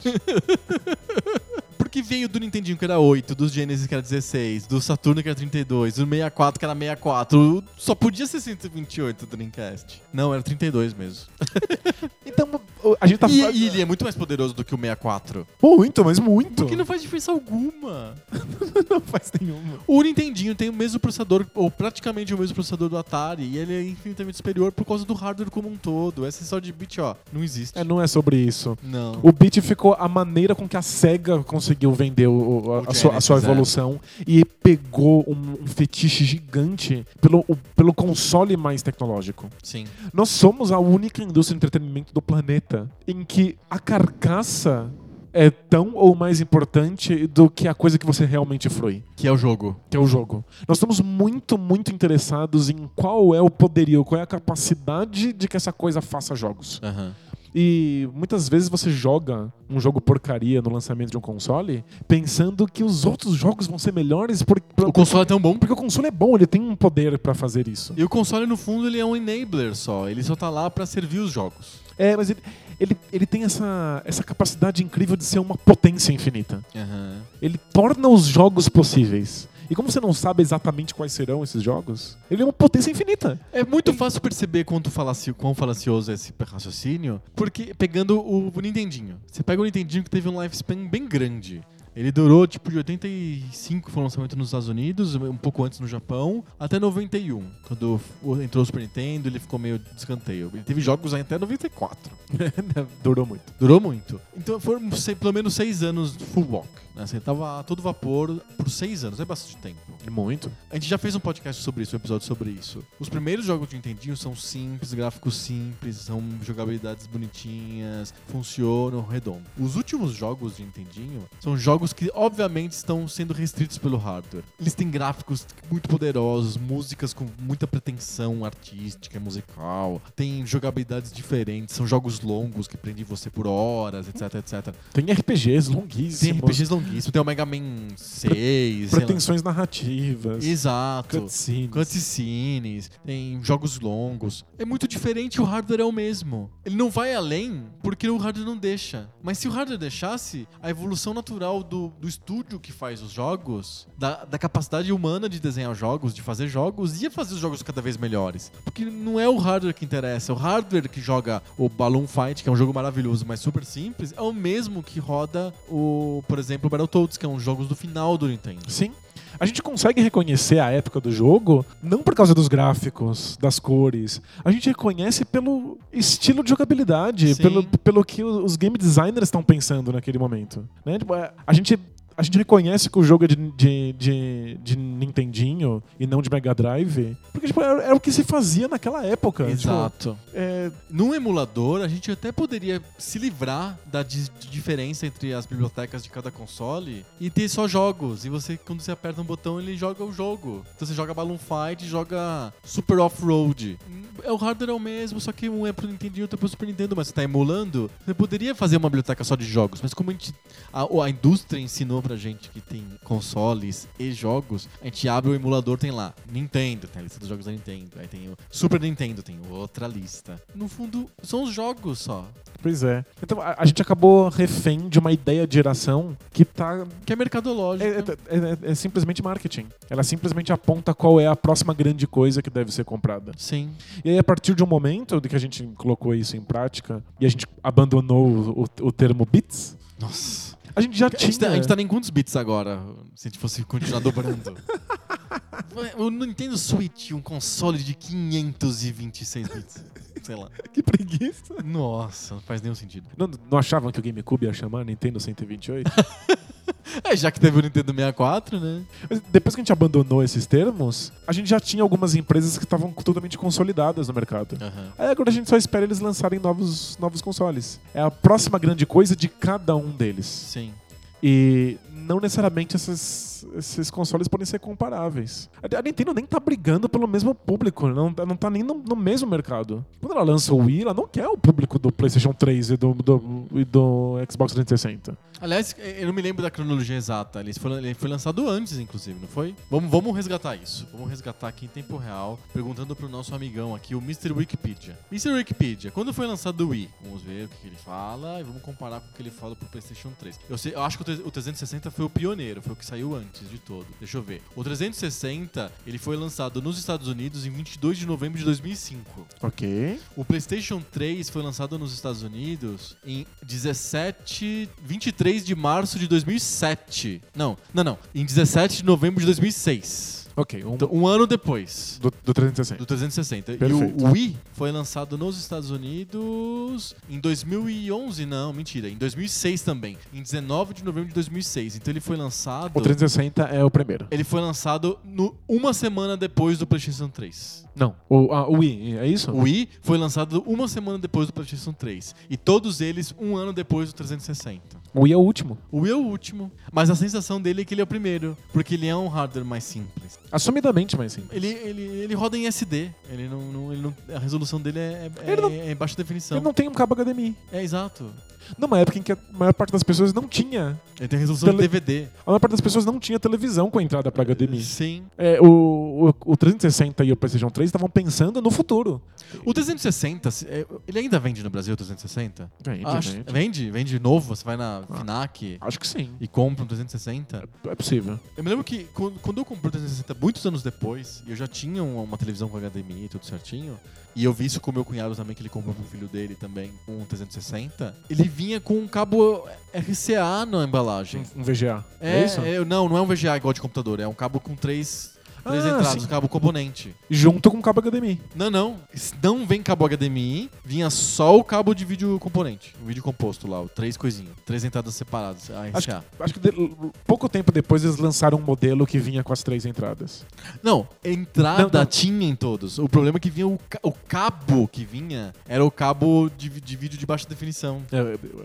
Porque veio do Nintendinho que era 8, dos Genesis que era 16, do Saturno que era 32, do 64 que era 64. Só podia ser 128 do Dreamcast. Não, era 32 mesmo. Então, a gente tá E ele é muito mais poderoso do que o 64. Muito, mas muito. Porque não faz diferença alguma. Não faz nenhuma. O Nintendinho tem o mesmo processador, ou praticamente o mesmo processador do Atari, e ele é infinitamente superior por causa do hardware como um todo. Essa história de bit, não existe. Não é sobre isso. Não. O bit ficou a maneira com que a SEGA conseguiu vender a sua evolução e pegou um fetiche gigante pelo console mais tecnológico. Sim. Nós somos a única indústria de entretenimento do planeta em que a carcaça é tão ou mais importante do que a coisa que você realmente frui. Que é o jogo. Que é o jogo. Nós estamos muito, muito interessados em qual é o poderio, qual é a capacidade de que essa coisa faça jogos. Uhum. E muitas vezes você joga um jogo porcaria no lançamento de um console pensando que os outros jogos vão ser melhores porque o console é tão bom. Porque o console é bom, ele tem um poder pra fazer isso. E o console, no fundo, ele é um enabler só. Ele só tá lá pra servir os jogos. Mas ele tem essa capacidade incrível de ser uma potência infinita. Uhum. Ele torna os jogos possíveis. E como você não sabe exatamente quais serão esses jogos, ele é uma potência infinita. É muito fácil perceber quão falacioso é esse raciocínio, porque pegando o Nintendinho. Você pega o Nintendinho que teve um lifespan bem grande. Ele durou, de 85 foi o lançamento nos Estados Unidos, um pouco antes no Japão, até 91. Quando entrou o Super Nintendo, ele ficou meio de escanteio. Ele teve jogos até 94. Durou muito. Durou muito. Então foram pelo menos 6 anos full walk. Né? Você tava a todo vapor por 6 anos, é bastante tempo. Muito. A gente já fez um podcast sobre isso, um episódio sobre isso. Os primeiros jogos de Nintendinho são simples, gráficos simples, são jogabilidades bonitinhas, funcionam redondo. Os últimos jogos de Nintendinho são jogos jogos que, obviamente, estão sendo restritos pelo hardware. Eles têm gráficos muito poderosos, músicas com muita pretensão artística, musical, tem jogabilidades diferentes, são jogos longos que prendem você por horas, etc, etc. Tem RPGs longuíssimos. Tem RPGs longuíssimos, tem o Mega Man 6. Pretensões narrativas. Exato. Cutscenes. Tem jogos longos. É muito diferente, o hardware é o mesmo. Ele não vai além porque o hardware não deixa. Mas se o hardware deixasse, a evolução natural do estúdio que faz os jogos, da capacidade humana de desenhar jogos, de fazer jogos, ia fazer os jogos cada vez melhores. Porque não é o hardware que interessa, é o hardware que joga o Balloon Fight, que é um jogo maravilhoso, mas super simples, é o mesmo que roda por exemplo, o Battletoads, que é um jogo do final do Nintendo. Sim. A gente consegue reconhecer a época do jogo não por causa dos gráficos, das cores. A gente reconhece pelo estilo de jogabilidade, pelo que os game designers estão pensando naquele momento. Né? Tipo, a gente reconhece que o jogo é de Nintendinho e não de Mega Drive, porque tipo, era o que se fazia naquela época. Exato. Tipo, num emulador, a gente até poderia se livrar da diferença entre as bibliotecas de cada console e ter só jogos. E você, quando você aperta um botão, ele joga o jogo. Então você joga Balloon Fight, joga Super Off-Road. O hardware é o mesmo, só que um é pro Nintendo e outro é pro Super Nintendo, mas você tá emulando. Você poderia fazer uma biblioteca só de jogos, mas como a indústria ensinou pra gente que tem consoles e jogos, a gente abre o emulador, tem lá Nintendo, tem a lista dos jogos da Nintendo, aí tem o Super Nintendo, tem outra lista. No fundo, são os jogos só. Pois é. Então a gente acabou refém de uma ideia de geração que é mercadológica. É simplesmente marketing. Ela simplesmente aponta qual é a próxima grande coisa que deve ser comprada. Sim. E aí, a partir de um momento de que a gente colocou isso em prática e a gente abandonou o termo bits, nossa, a gente já tinha... A gente tá em quantos bits agora, se a gente fosse continuar dobrando? O Nintendo Switch, um console de 526 bits. Sei lá. Que preguiça. Nossa, não faz nenhum sentido. Não achavam que o GameCube ia chamar Nintendo 128? Já que teve o Nintendo 64, né? Mas depois que a gente abandonou esses termos, a gente já tinha algumas empresas que estavam totalmente consolidadas no mercado. Uhum. Aí agora a gente só espera eles lançarem novos consoles. É a próxima grande coisa de cada um deles. Sim. E não necessariamente esses consoles podem ser comparáveis. A Nintendo nem tá brigando pelo mesmo público, não tá nem no mesmo mercado. Quando ela lança o Wii, ela não quer o público do PlayStation 3 e do Xbox 360. Aliás, eu não me lembro da cronologia exata. Ele foi lançado antes, inclusive, não foi? Vamos resgatar isso. Vamos resgatar aqui em tempo real, perguntando pro nosso amigão aqui, o Mr. Wikipedia. Mr. Wikipedia, quando foi lançado o Wii? Vamos ver o que ele fala e vamos comparar com o que ele fala pro PlayStation 3. Eu acho que o 360 foi o pioneiro, foi o que saiu antes de todo. Deixa eu ver. O 360, ele foi lançado nos Estados Unidos em 22 de novembro de 2005. Ok. O PlayStation 3 foi lançado nos Estados Unidos em 23 de março de 2007. Não. Em 17 de novembro de 2006. Ok. Então, um ano depois. Do 360. Do 360. Perfeito. E o Wii foi lançado nos Estados Unidos em 2011. Não, mentira. Em 2006 também. Em 19 de novembro de 2006. Então ele foi lançado... O 360 é o primeiro. Ele foi lançado uma semana depois do PlayStation 3. Não. O Wii, é isso? O Wii foi lançado uma semana depois do PlayStation 3. E todos eles um ano depois do 360. O Wii é o último. O Wii é o último. Mas a sensação dele é que ele é o primeiro. Porque ele é um hardware mais simples. Assumidamente mais simples. Ele roda em SD. Ele não, a resolução dele é em baixa definição. Ele não tem um cabo HDMI. É, exato. Numa época em que a maior parte das pessoas não tinha. Ele tem resolução de DVD. A maior parte das pessoas não tinha televisão com entrada para HDMI. Sim. O 360 e o PlayStation 3 estavam pensando no futuro. O 360, ele ainda vende no Brasil, o 360? Vende novo? Você vai na Fnac? Acho que sim. E compra um 360? É possível. Eu me lembro que quando eu comprei o 360 muitos anos depois, e eu já tinha uma televisão com HDMI e tudo certinho, e eu vi isso com o meu cunhado também, que ele comprou pro filho dele também, um 360, ele vinha com um cabo RCA na embalagem. Um VGA. É isso? Não é um VGA igual de computador, é um cabo com três entradas, sim. Cabo componente. Junto com o cabo HDMI. Não vem cabo HDMI, vinha só o cabo de vídeo componente. O vídeo composto lá, 3 coisinhas. 3 entradas separadas. Acho que pouco tempo depois eles lançaram um modelo que vinha com as 3 entradas. Não, entrada tinha em todos. O problema é que vinha o cabo que vinha era o cabo de vídeo de baixa definição.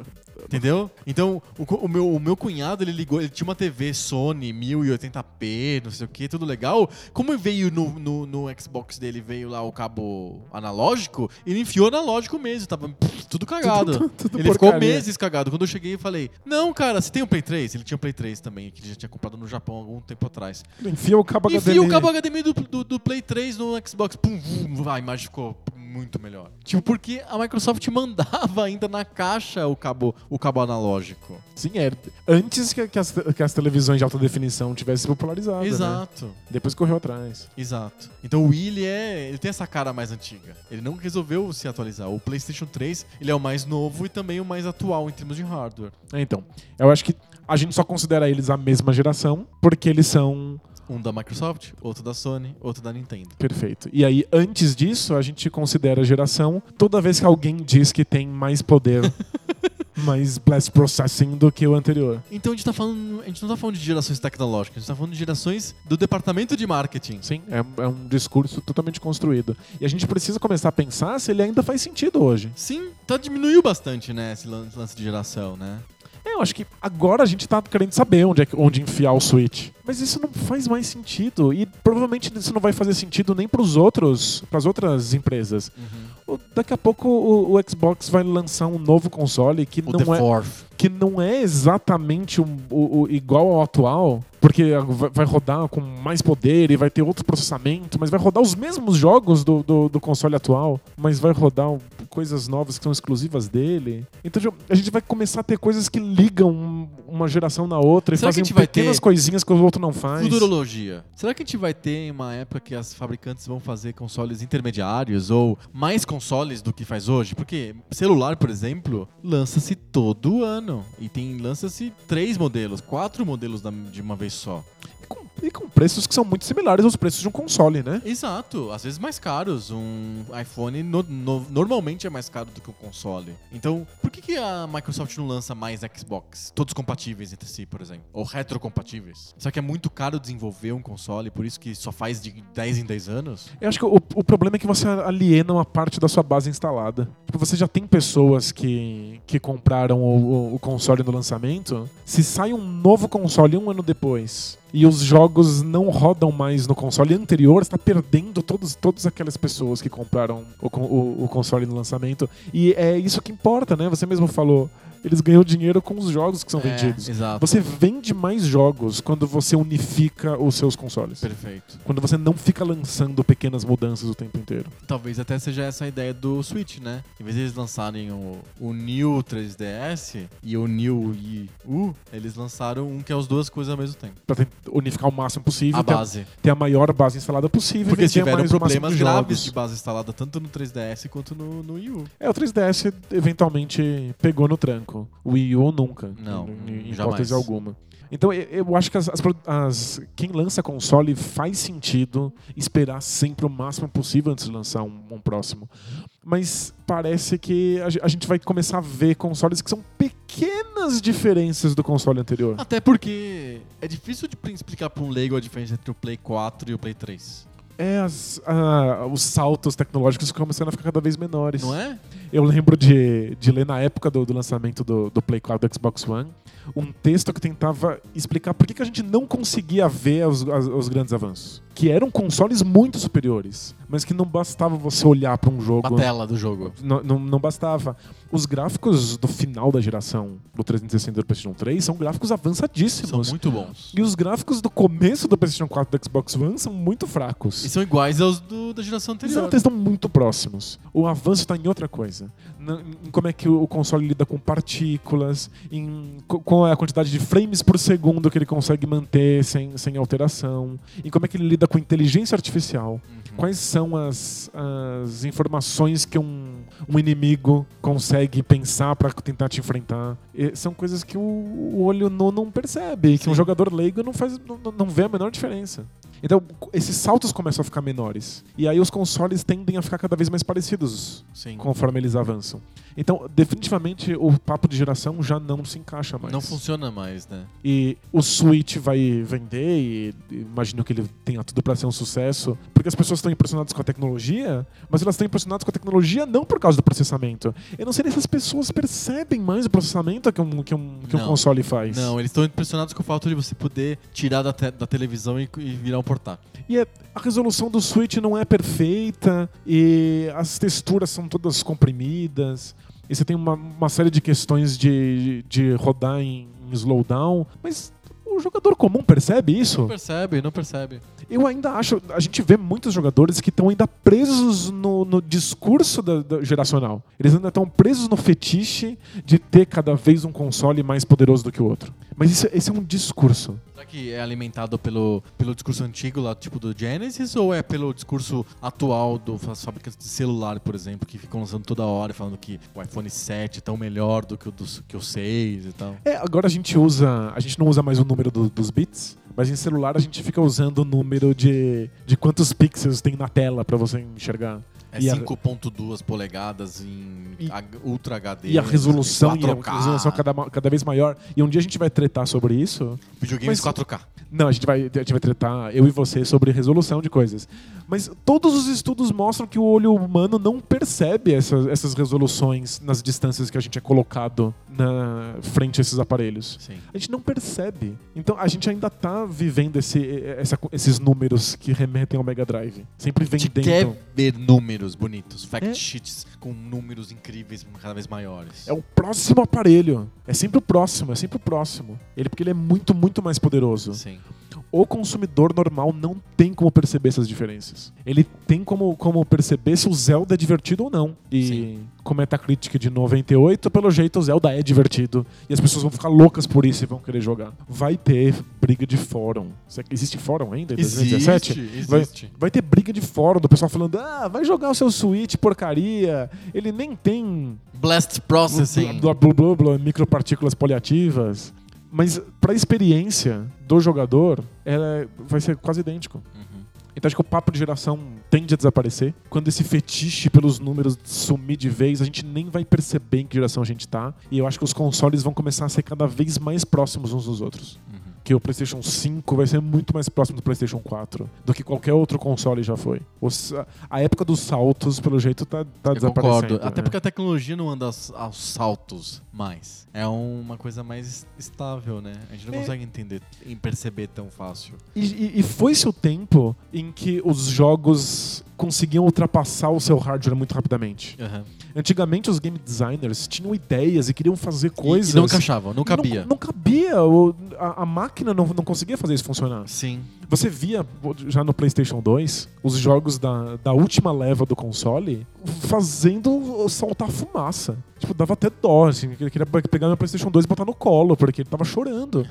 Entendeu? Então, o meu cunhado, ele ligou, ele tinha uma TV Sony 1080p, não sei o que, tudo legal. Como veio no Xbox dele, veio lá o cabo analógico, ele enfiou analógico mesmo, tava tudo cagado. Tudo Ele ficou porcaria. meses cagado. Quando eu cheguei, eu falei, não, cara, você tem um Play 3? Ele tinha um Play 3 também, que ele já tinha comprado no Japão há algum tempo atrás. Enfia o cabo HDMI. Enfia o cabo HDMI do Play 3 no Xbox. Pum, a imagem ficou muito melhor. Tipo, porque a Microsoft mandava ainda na caixa o cabo analógico. Sim, antes que as televisões de alta definição tivessem popularizado. Exato. Né? Depois correu atrás. Exato. Então o Wii, ele tem essa cara mais antiga. Ele não resolveu se atualizar. O PlayStation 3, ele é o mais novo e também o mais atual em termos de hardware. Então, eu acho que a gente só considera eles a mesma geração porque eles são... Um da Microsoft, outro da Sony, outro da Nintendo. Perfeito. E aí, antes disso, a gente considera a geração toda vez que alguém diz que tem mais poder, mais blast processing do que o anterior. Então a gente não tá falando de gerações tecnológicas, a gente tá falando de gerações do departamento de marketing. Sim, é um discurso totalmente construído. E a gente precisa começar a pensar se ele ainda faz sentido hoje. Sim, diminuiu bastante, né, esse lance de geração, né? Eu acho que agora a gente tá querendo saber onde enfiar o Switch. Mas isso não faz mais sentido. E provavelmente isso não vai fazer sentido nem pras outras empresas. Daqui a pouco o Xbox vai lançar um novo console que não é exatamente igual ao atual, porque vai rodar com mais poder e vai ter outro processamento, mas vai rodar os mesmos jogos do console atual, mas vai rodar coisas novas que são exclusivas dele. Então a gente vai começar a ter coisas que ligam uma geração na outra e fazem pequenas coisinhas que o outro não faz. Futurologia. Será que a gente vai ter uma época que as fabricantes vão fazer consoles intermediários ou mais consoles do que faz hoje? Porque celular, por exemplo, lança-se todo ano. E lança-se 3 modelos, 4 modelos de uma vez só. E com preços que são muito similares aos preços de um console, né? Exato, às vezes mais caros. Um iPhone normalmente é mais caro do que um console. Então, por que a Microsoft não lança mais Xbox? Todos compatíveis entre si, por exemplo. Ou retrocompatíveis. Será que é muito caro desenvolver um console, por isso que só faz de 10 em 10 anos? Eu acho que o problema é que você aliena uma parte da sua base instalada. Tipo, você já tem pessoas que compraram o console no lançamento. Se sai um novo console um ano depois e os jogos não rodam mais no console anterior, você está perdendo todas aquelas pessoas que compraram o console no lançamento. E é isso que importa, né? Você mesmo falou. Eles ganham dinheiro com os jogos que são vendidos. Exato. Você vende mais jogos quando você unifica os seus consoles. Perfeito. Quando você não fica lançando pequenas mudanças o tempo inteiro. Talvez até seja essa a ideia do Switch, né? Em vez de eles lançarem o New 3DS e o New Wii U, eles lançaram um que é as duas coisas ao mesmo tempo. Pra unificar o máximo possível. A base. Ter a maior base instalada possível. Porque e tiveram mais problemas graves jogos. de base instalada tanto no 3DS quanto no Wii U. O 3DS eventualmente pegou no tranco. O Wii U nunca. Não, em jamais. hipótese alguma. Então eu acho que quem lança console faz sentido esperar sempre o máximo possível antes de lançar um próximo. Mas parece que a gente vai começar a ver consoles que são pequenas diferenças do console anterior. Até porque é difícil de explicar para um leigo a diferença entre o Play 4 e o Play 3. Os saltos tecnológicos começando a ficar cada vez menores. Não é? Eu lembro de ler na época do lançamento do Play 4 do Xbox One um texto que tentava explicar por que a gente não conseguia ver os grandes avanços. Que eram consoles muito superiores, mas que não bastava você olhar para um jogo. A tela do jogo. Não bastava. Os gráficos do final da geração do 360 e do PlayStation 3 são gráficos avançadíssimos. São muito bons. E os gráficos do começo do PlayStation 4 e do Xbox One são muito fracos. E são iguais aos da geração anterior. Exato, eles estão muito próximos. O avanço está em outra coisa. Em como é que o console lida com partículas, em qual é a quantidade de frames por segundo que ele consegue manter sem alteração, em como é que ele lida com inteligência artificial. Quais são as informações que um inimigo consegue pensar para tentar te enfrentar. São coisas que o olho não percebe, que um jogador leigo não vê a menor diferença. Então, esses saltos começam a ficar menores. E aí os consoles tendem a ficar cada vez mais parecidos. Sim. Conforme eles avançam. Então, definitivamente, o papo de geração já não se encaixa mais. Não funciona mais, né? E o Switch vai vender, e imagino que ele tenha tudo para ser um sucesso, porque porque as pessoas estão impressionadas com a tecnologia, mas elas estão impressionadas com a tecnologia não por causa do processamento. Eu não sei nem se as pessoas percebem mais o processamento que um console faz. Não, eles estão impressionados com o fato de você poder tirar da televisão e virar um portátil. E a resolução do Switch não é perfeita, e as texturas são todas comprimidas, e você tem uma série de questões de rodar em slowdown, mas o jogador comum percebe isso? Não percebe. Eu ainda acho... A gente vê muitos jogadores que estão ainda presos no discurso geracional. Eles ainda estão presos no fetiche de ter cada vez um console mais poderoso do que o outro. Mas esse é um discurso. Será que é alimentado pelo discurso antigo lá, tipo do Genesis, ou é pelo discurso atual dos fabricantes de celular, por exemplo, que ficam lançando toda hora falando que o iPhone 7 é tão melhor do que o 6 e tal? Agora a gente não usa mais o número dos bits, mas em celular a gente fica usando o número de quantos pixels tem na tela pra você enxergar. É 5.2 polegadas em Ultra HD. E a resolução, 4K. E a resolução cada vez maior. E um dia a gente vai tretar sobre isso. Videogames 4K. Não, a gente vai tretar, eu e você, sobre resolução de coisas. Mas todos os estudos mostram que o olho humano não percebe essas resoluções nas distâncias que a gente é colocado na frente a esses aparelhos. Sim. A gente não percebe. Então a gente ainda tá vivendo esses números que remetem ao Mega Drive. Sempre vendendo. A gente quer ver números bonitos, fact sheets com números incríveis, cada vez maiores. É o próximo aparelho. É sempre o próximo. Porque ele é muito, muito mais poderoso. Sim. O consumidor normal não tem como perceber essas diferenças. Ele tem como perceber se o Zelda é divertido ou não. E Sim. com Metacritic de 98, pelo jeito o Zelda é divertido. E as pessoas vão ficar loucas por isso e vão querer jogar. Vai ter briga de fórum. Existe fórum ainda em 2017? Existe. Vai ter briga de fórum do pessoal falando: vai jogar o seu Switch, porcaria. Ele nem tem Blast Processing. blá, blá, blá, blá, micropartículas poliativas. Mas pra experiência do jogador, vai ser quase idêntico. Uhum. Então acho que o papo de geração tende a desaparecer. Quando esse fetiche pelos números sumir de vez, a gente nem vai perceber em que geração a gente tá. E eu acho que os consoles vão começar a ser cada vez mais próximos uns dos outros. Uhum. Que o PlayStation 5 vai ser muito mais próximo do PlayStation 4 do que qualquer outro console já foi. A época dos saltos, pelo jeito, tá desaparecendo. Concordo. Até porque a tecnologia não anda aos saltos mais. É uma coisa mais estável, né? A gente não consegue entender e perceber tão fácil. E foi-se o tempo em que os jogos conseguiam ultrapassar o seu hardware muito rapidamente. Uhum. Antigamente os game designers tinham ideias e queriam fazer coisas... E não encaixavam, não cabia. Não cabia. A máquina não conseguia fazer isso funcionar. Sim. Você via, já no PlayStation 2, os jogos da última leva do console fazendo soltar fumaça. Tipo, dava até dó, assim. Eu queria pegar meu PlayStation 2 e botar no colo, porque ele tava chorando.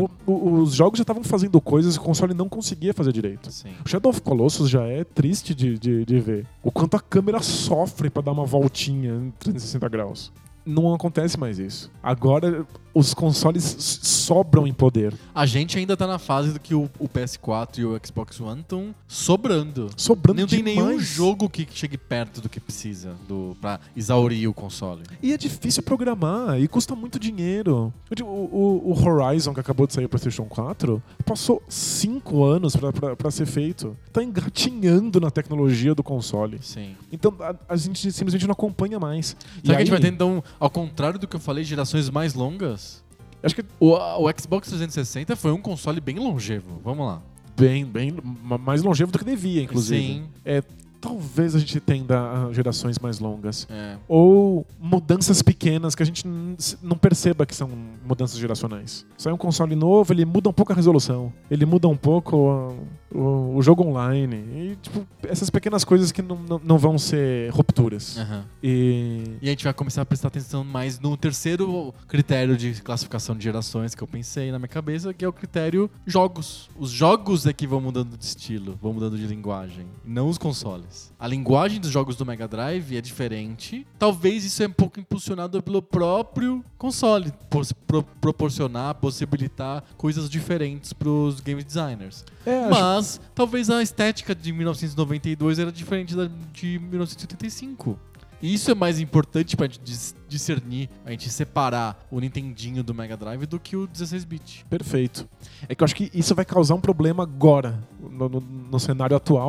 Os jogos já estavam fazendo coisas que o console não conseguia fazer direito. Sim. O Shadow of Colossus já é triste de ver. O quanto a câmera sofre pra dar uma voltinha em 360 graus. Não acontece mais isso. Agora os consoles sobram em poder. A gente ainda tá na fase do que o PS4 e o Xbox One estão sobrando. Sobrando Não tem demais. nenhum jogo que chegue perto do que precisa pra exaurir o console. E é difícil programar e custa muito dinheiro. O Horizon, que acabou de sair pro PlayStation 4, passou 5 anos pra ser feito. Tá engatinhando na tecnologia do console. Sim. Então a gente simplesmente não acompanha mais. Será que a gente vai ter, então, ao contrário do que eu falei, gerações mais longas? Acho que o Xbox 360 foi um console bem longevo. Vamos lá. Bem mais longevo do que devia, inclusive. Sim. Talvez a gente tenha gerações mais longas. É. Ou mudanças pequenas que a gente não perceba que são mudanças geracionais. Sai um console novo, ele muda um pouco a resolução. Ele muda um pouco o jogo online. E, tipo, essas pequenas coisas que não vão ser rupturas. Uhum. E a gente vai começar a prestar atenção mais no terceiro critério de classificação de gerações que eu pensei na minha cabeça, que é o critério jogos. Os jogos é que vão mudando de estilo, vão mudando de linguagem, não os consoles. A linguagem dos jogos do Mega Drive é diferente. Talvez isso é um pouco impulsionado pelo próprio console, proporcionar, possibilitar coisas diferentes pros game designers. Mas talvez a estética de 1992 era diferente da de 1985. E isso é mais importante pra gente discernir, a gente separar o Nintendinho do Mega Drive do que o 16-bit. Perfeito. É que eu acho que isso vai causar um problema agora, no cenário atual,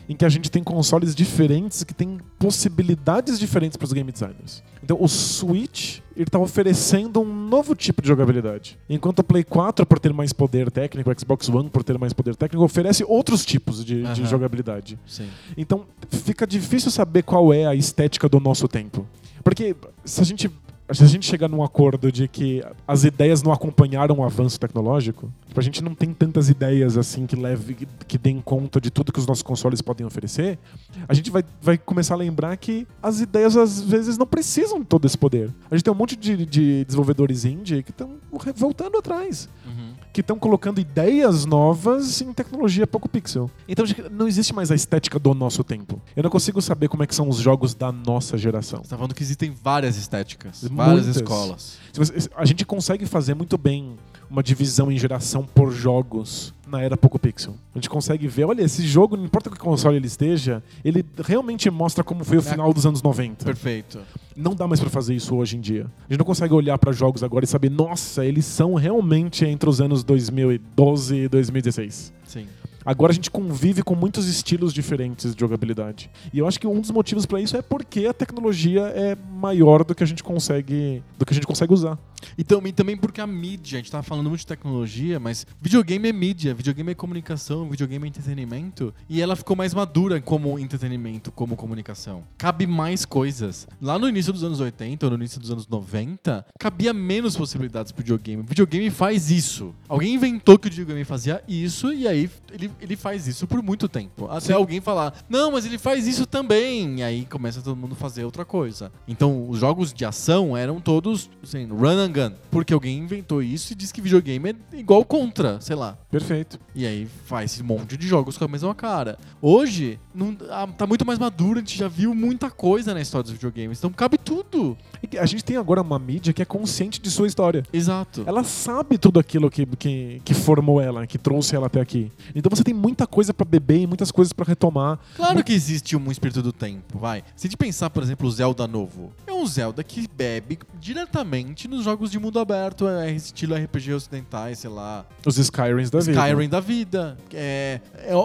em que a gente tem consoles diferentes que têm possibilidades diferentes para os game designers. Então o Switch está oferecendo um novo tipo de jogabilidade. Enquanto o Play 4, por ter mais poder técnico, o Xbox One, por ter mais poder técnico, oferece outros tipos de jogabilidade. Sim. Então fica difícil saber qual é a estética do nosso tempo. Porque se a gente chegar num acordo de que as ideias não acompanharam o avanço tecnológico, a gente não tem tantas ideias assim que deem conta de tudo que os nossos consoles podem oferecer, a gente vai começar a lembrar que as ideias às vezes não precisam de todo esse poder. A gente tem um monte de desenvolvedores indie que estão voltando atrás. Que estão colocando ideias novas em tecnologia pouco pixel. Então não existe mais a estética do nosso tempo. Eu não consigo saber como é que são os jogos da nossa geração. Você tá falando que existem várias estéticas, várias Muitas. escolas. A gente consegue fazer muito bem uma divisão em geração por jogos na era pouco pixel. A gente consegue ver, olha, esse jogo, não importa que console ele esteja, ele realmente mostra como foi o final dos anos 90. Perfeito. Não dá mais pra fazer isso hoje em dia. A gente não consegue olhar pra jogos agora e saber, nossa, eles são realmente entre os anos 2012 e 2016. Sim. Agora a gente convive com muitos estilos diferentes de jogabilidade. E eu acho que um dos motivos pra isso é porque a tecnologia é maior do que a gente consegue usar. E também porque a mídia, a gente tava falando muito de tecnologia, mas videogame é mídia, videogame é comunicação, videogame é entretenimento, e ela ficou mais madura como entretenimento, como comunicação. Cabe mais coisas. Lá no início dos anos 80 ou no início dos anos 90, cabia menos possibilidades pro videogame. O videogame faz isso. Alguém inventou que o videogame fazia isso, e aí ele faz isso por muito tempo. Até alguém falar, não, mas ele faz isso também. E aí começa todo mundo a fazer outra coisa. Então, os jogos de ação eram todos, assim, run and gun. Porque alguém inventou isso e diz que videogame é igual Contra, sei lá. Perfeito. E aí faz um monte de jogos com a mesma cara. Hoje, tá muito mais maduro, a gente já viu muita coisa na história dos videogames. Então cabe tudo. E a gente tem agora uma mídia que é consciente de sua história. Exato. Ela sabe tudo aquilo que formou ela, que trouxe ela até aqui. Então você tem muita coisa pra beber e muitas coisas pra retomar. Claro que existe um espírito do tempo, vai. Se a gente pensar, por exemplo, o Zelda novo. É um Zelda que bebe diretamente nos jogos de mundo aberto, estilo RPG ocidentais, sei lá. Os Skyrims da vida. Skyrim da vida. É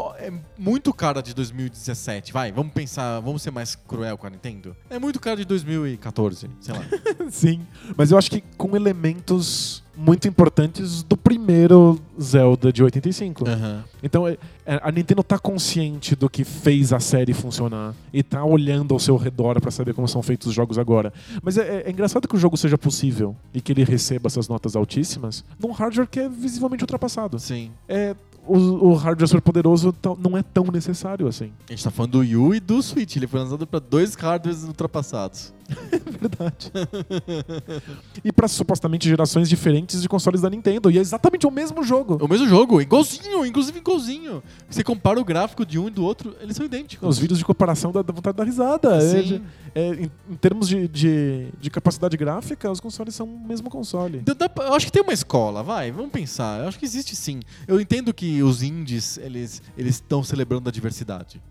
muito cara de 2017, vai. Vamos pensar, vamos ser mais cruel com a Nintendo. É muito cara de 2014, sei lá. Sim, mas eu acho que com elementos muito importantes do primeiro Zelda de 85. Então a Nintendo tá consciente do que fez a série funcionar e tá olhando ao seu redor pra saber como são feitos os jogos agora. Mas é engraçado que o jogo seja possível e que ele receba essas notas altíssimas num hardware que é visivelmente ultrapassado. Sim. O hardware super poderoso não é tão necessário assim. A gente tá falando do Wii U e do Switch. Ele foi lançado pra 2 hardwares ultrapassados. É verdade. E pra supostamente gerações diferentes de consoles da Nintendo. E é exatamente o mesmo jogo. O mesmo jogo, igualzinho, inclusive igualzinho. Você compara o gráfico de um e do outro, eles são idênticos. Os vídeos de comparação dá vontade de dar risada. Sim. Em termos de capacidade gráfica, os consoles são o mesmo console. Então, eu acho que tem uma escola, vai, vamos pensar. Eu acho que existe sim. Eu entendo que os indies, eles estão celebrando a diversidade.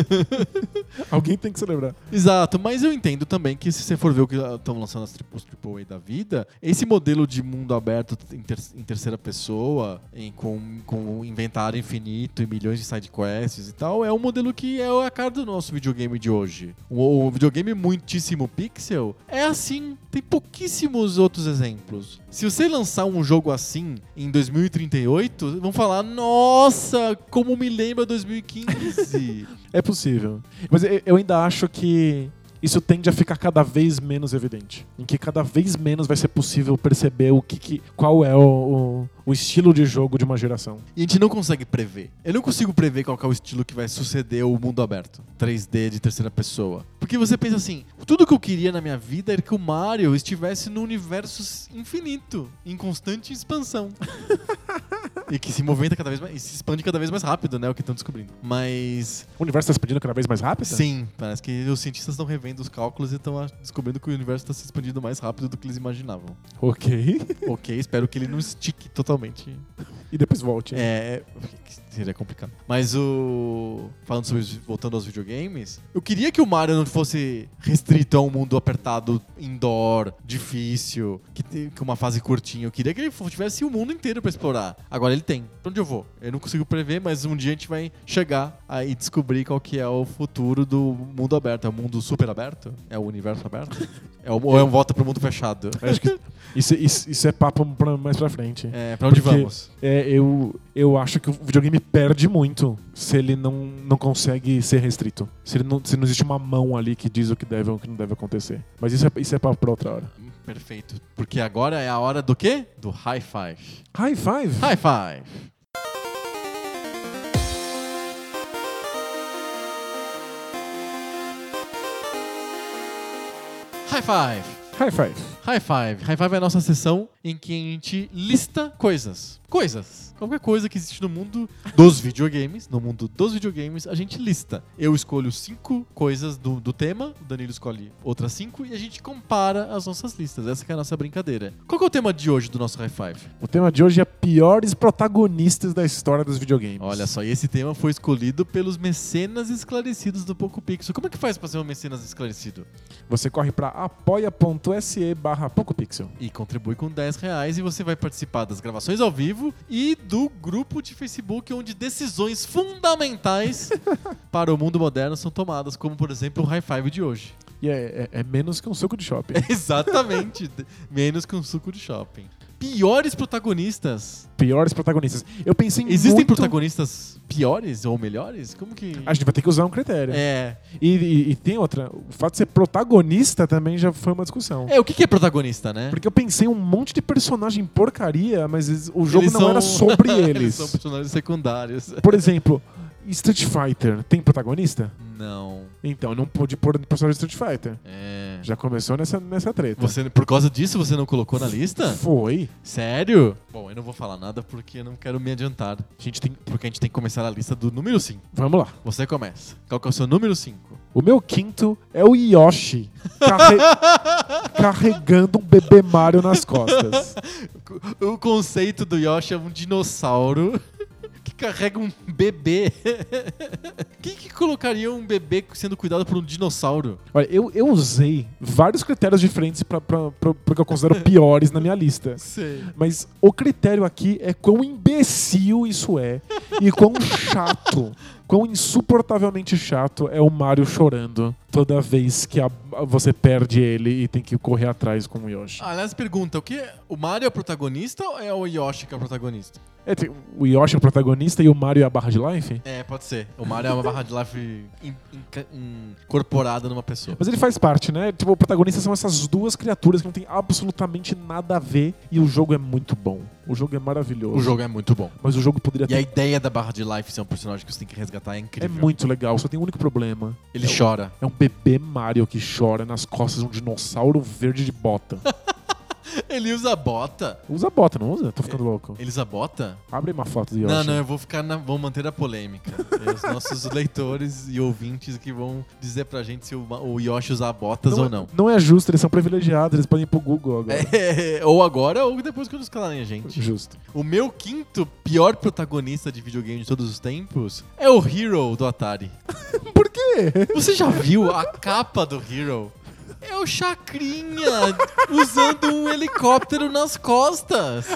Alguém tem que celebrar. Exato, mas eu entendo também que se você for ver o que estão lançando os AAA da vida, esse modelo de mundo aberto em terceira pessoa, com inventário infinito e milhões de sidequests e tal, é um modelo que é a cara do nosso videogame de hoje. O videogame muitíssimo pixel é assim, tem pouquíssimos outros exemplos. Se você lançar um jogo assim em 2038, vão falar, nossa, como me lembra 2015. É possível. Mas eu ainda acho que isso tende a ficar cada vez menos evidente. Em que cada vez menos vai ser possível perceber qual é o estilo de jogo de uma geração. E a gente não consegue prever. Eu não consigo prever qual é o estilo que vai suceder o mundo aberto. 3D de terceira pessoa. Porque você pensa assim, tudo que eu queria na minha vida era que o Mario estivesse num universo infinito, em constante expansão. E que se movimenta cada vez mais, e se expande cada vez mais rápido, né? O que estão descobrindo. Mas... O universo está se expandindo cada vez mais rápido? Sim, parece que os cientistas estão revendo os cálculos e estão descobrindo que o universo está se expandindo mais rápido do que eles imaginavam. Ok. Ok, espero que ele não estique totalmente. E depois volte. seria complicado. Mas falando sobre, voltando aos videogames, eu queria que o Mario não fosse restrito a um mundo apertado, indoor, difícil, que uma fase curtinha. Eu queria que ele tivesse o mundo inteiro pra explorar. Agora ele tem. Pra onde eu vou? Eu não consigo prever, mas um dia a gente vai chegar aí e descobrir qual que é o futuro do mundo aberto. É o mundo super aberto? É o universo aberto? Ou é um volta pro mundo fechado? Acho que isso é papo mais pra frente. Pra onde vamos? Eu acho que o videogame perde muito se ele não consegue ser restrito. Se não existe uma mão ali que diz o que deve ou o que não deve acontecer. Mas isso é papo pra outra hora. Perfeito. Porque agora é a hora do quê? Do high five. High five? High five. High five. High five. High five. High five é a nossa sessão em que a gente lista coisas. Qualquer coisa que existe no mundo dos videogames. No mundo dos videogames, a gente lista. Eu escolho 5 coisas do tema, o Danilo escolhe outras 5 e a gente compara as nossas listas. Essa que é a nossa brincadeira. Qual que é o tema de hoje do nosso High Five? O tema de hoje é piores protagonistas da história dos videogames. Olha só, e esse tema foi escolhido pelos mecenas esclarecidos do Poco Pixel. Como é que faz pra ser um mecenas esclarecido? Você corre pra apoia.se/PocoPixel e contribui com R$10 e você vai participar das gravações ao vivo e do grupo de Facebook onde decisões fundamentais para o mundo moderno são tomadas, como por exemplo o High Five de hoje. E é menos que um suco de shopping. Exatamente, menos que um suco de shopping. Piores protagonistas. Eu pensei Existem protagonistas piores ou melhores? Como que... A gente vai ter que usar um critério. E tem outra. O fato de ser protagonista também já foi uma discussão. O que é protagonista, né? Porque eu pensei um monte de personagem porcaria, mas o jogo não era sobre eles. Eles são personagens secundários. Por exemplo, Street Fighter tem protagonista? Não. Então não pôde pôr personagem Street Fighter. Já começou nessa treta. Por causa disso você não colocou na lista? Foi. Sério? Bom, eu não vou falar nada porque eu não quero me adiantar. Porque a gente tem que começar a lista do número 5. Vamos lá. Você começa. Qual que é o seu número 5? O meu quinto é o Yoshi carregando um bebê Mario nas costas. O conceito do Yoshi é um dinossauro que carrega um bebê. Quem que colocaria um bebê sendo cuidado por um dinossauro? Olha, eu usei vários critérios diferentes para que eu considero piores na minha lista. Sei. Mas o critério aqui é quão imbecil isso é e quão chato, quão insuportavelmente chato é o Mario chorando toda vez que você perde ele e tem que correr atrás com o Yoshi. Aliás, pergunta, o Mario é o protagonista ou é o Yoshi que é o protagonista? O Yoshi é o protagonista e o Mario é a barra de life? Pode ser. O Mario é uma barra de life incorporada numa pessoa. Mas ele faz parte, né? Tipo, o protagonista são essas duas criaturas que não tem absolutamente nada a ver e o jogo é muito bom. O jogo é maravilhoso. O jogo é muito bom. Mas o jogo poderia ter... E a ideia da barra de life ser um personagem que você tem que resgatar é incrível. É muito legal, só tem um único problema. Ele chora. É um bebê Mario que chora nas costas de um dinossauro verde de bota. Ele usa bota? Usa bota, não usa? Tô ficando louco. Ele usa bota? Abre uma foto do Yoshi. Não, eu vou vou manter a polêmica. Os nossos leitores e ouvintes que vão dizer pra gente se o Yoshi usa botas ou não. Não é justo, eles são privilegiados, eles podem ir pro Google agora. Ou agora, ou depois que eles calarem a gente. Justo. O meu quinto pior protagonista de videogame de todos os tempos é o Hero do Atari. Por quê? Você já viu a capa do Hero? É o Chacrinha usando um helicóptero nas costas.